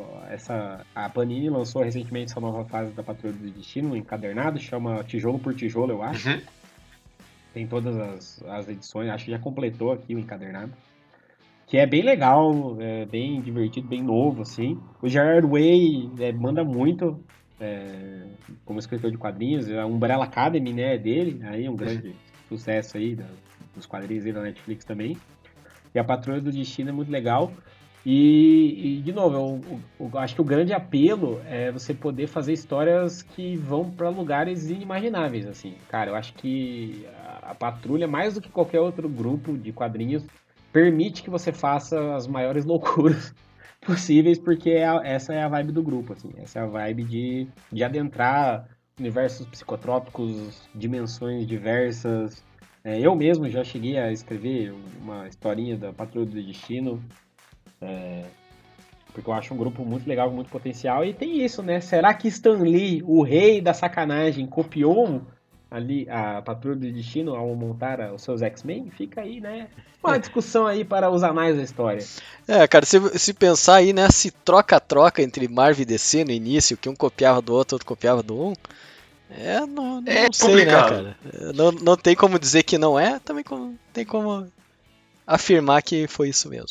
a Panini lançou recentemente essa nova fase da Patrulha do Destino, um encadernado, chama Tijolo por Tijolo, eu acho. Uhum. Tem todas as edições, acho que já completou aqui o encadernado. Que é bem legal, bem divertido, bem novo, assim. O Gerard Way manda muito como escritor de quadrinhos, a Umbrella Academy, né, dele, aí um grande sucesso aí dos quadrinhos aí da Netflix também. E a Patrulha do Destino é muito legal. E de novo, eu acho que o grande apelo é você poder fazer histórias que vão para lugares inimagináveis, assim. Cara, eu acho que a Patrulha, mais do que qualquer outro grupo de quadrinhos, permite que você faça as maiores loucuras possíveis, porque essa é a vibe do grupo, assim. Essa é a vibe de adentrar universos psicotrópicos, dimensões diversas. Eu mesmo já cheguei a escrever uma historinha da Patrulha do Destino, porque eu acho um grupo muito legal, com muito potencial. E tem isso, né? Será que Stan Lee, o rei da sacanagem, copiou ali a Patrulha do Destino ao montar os seus X-Men? Fica aí, né? Uma discussão aí para os anais da história. Cara, se pensar aí nesse troca-troca entre Marvel e DC no início, que um copiava do outro copiava do um... não sei, complicado, né, cara? Não tem como dizer que não é, também tem como afirmar que foi isso mesmo.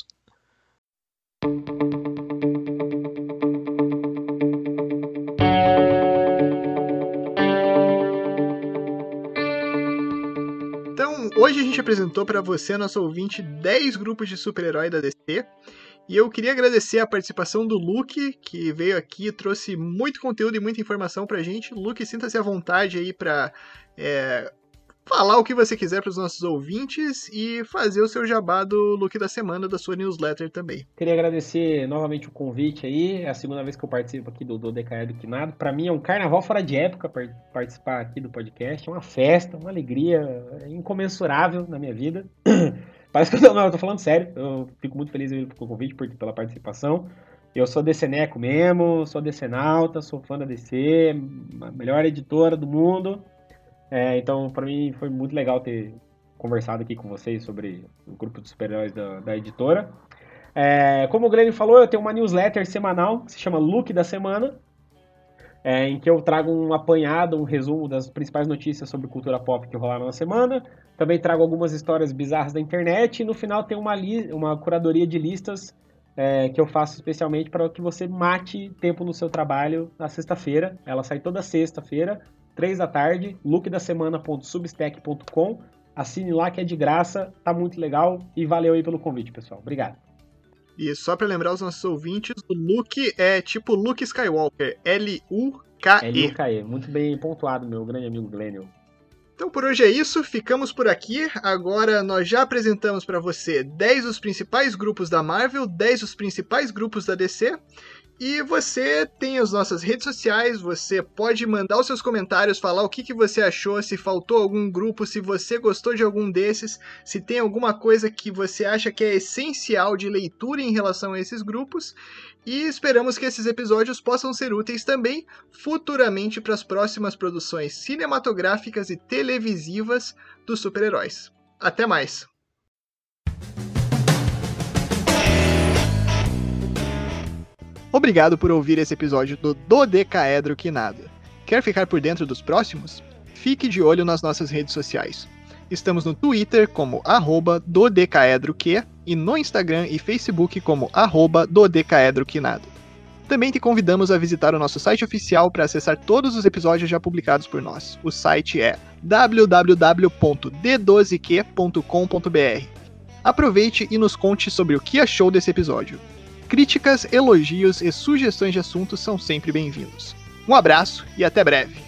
Então, hoje a gente apresentou para você, nosso ouvinte, 10 grupos de super-herói da DC. E eu queria agradecer a participação do Luke, que veio aqui e trouxe muito conteúdo e muita informação pra gente. Luke, sinta-se à vontade aí pra falar o que você quiser para os nossos ouvintes e fazer o seu jabá do Look da semana, da sua newsletter também. Queria agradecer novamente o convite aí, é a segunda vez que eu participo aqui do Decair do Quinado. Para mim é um carnaval fora de época participar aqui do podcast, é uma festa, uma alegria incomensurável na minha vida. Parece que eu tô falando sério, eu fico muito feliz pelo convite, pela participação. Eu sou DCneco mesmo, sou DCnauta, sou fã da DC, a melhor editora do mundo. Então, para mim, foi muito legal ter conversado aqui com vocês sobre o grupo de super-heróis da editora. Como o Glenn falou, eu tenho uma newsletter semanal que se chama Look da Semana, em que eu trago um apanhado, um resumo das principais notícias sobre cultura pop que rolaram na semana. Também trago algumas histórias bizarras da internet e no final tem uma curadoria de listas que eu faço especialmente para que você mate tempo no seu trabalho na sexta-feira. Ela sai toda sexta-feira, 3 da tarde, lookdasemana.substack.com. Assine lá que é de graça, tá muito legal e valeu aí pelo convite, pessoal. Obrigado. E só pra lembrar os nossos ouvintes, o Luke é tipo Luke Skywalker, L-U-K-E. L-U-K-E, muito bem pontuado, meu grande amigo Glênio. Então por hoje é isso, ficamos por aqui. Agora nós já apresentamos para você 10 dos principais grupos da Marvel, 10 dos principais grupos da DC. E você tem as nossas redes sociais, você pode mandar os seus comentários, falar o que você achou, se faltou algum grupo, se você gostou de algum desses, se tem alguma coisa que você acha que é essencial de leitura em relação a esses grupos. E esperamos que esses episódios possam ser úteis também futuramente para as próximas produções cinematográficas e televisivas dos super-heróis. Até mais! Obrigado por ouvir esse episódio do Dodecaedro Que Nada. Quer ficar por dentro dos próximos? Fique de olho nas nossas redes sociais. Estamos no Twitter como @dodecaedroque e no Instagram e Facebook como @dodecaedroquenada. Também te convidamos a visitar o nosso site oficial para acessar todos os episódios já publicados por nós. O site é www.d12q.com.br. Aproveite e nos conte sobre o que achou desse episódio. Críticas, elogios e sugestões de assuntos são sempre bem-vindos. Um abraço e até breve!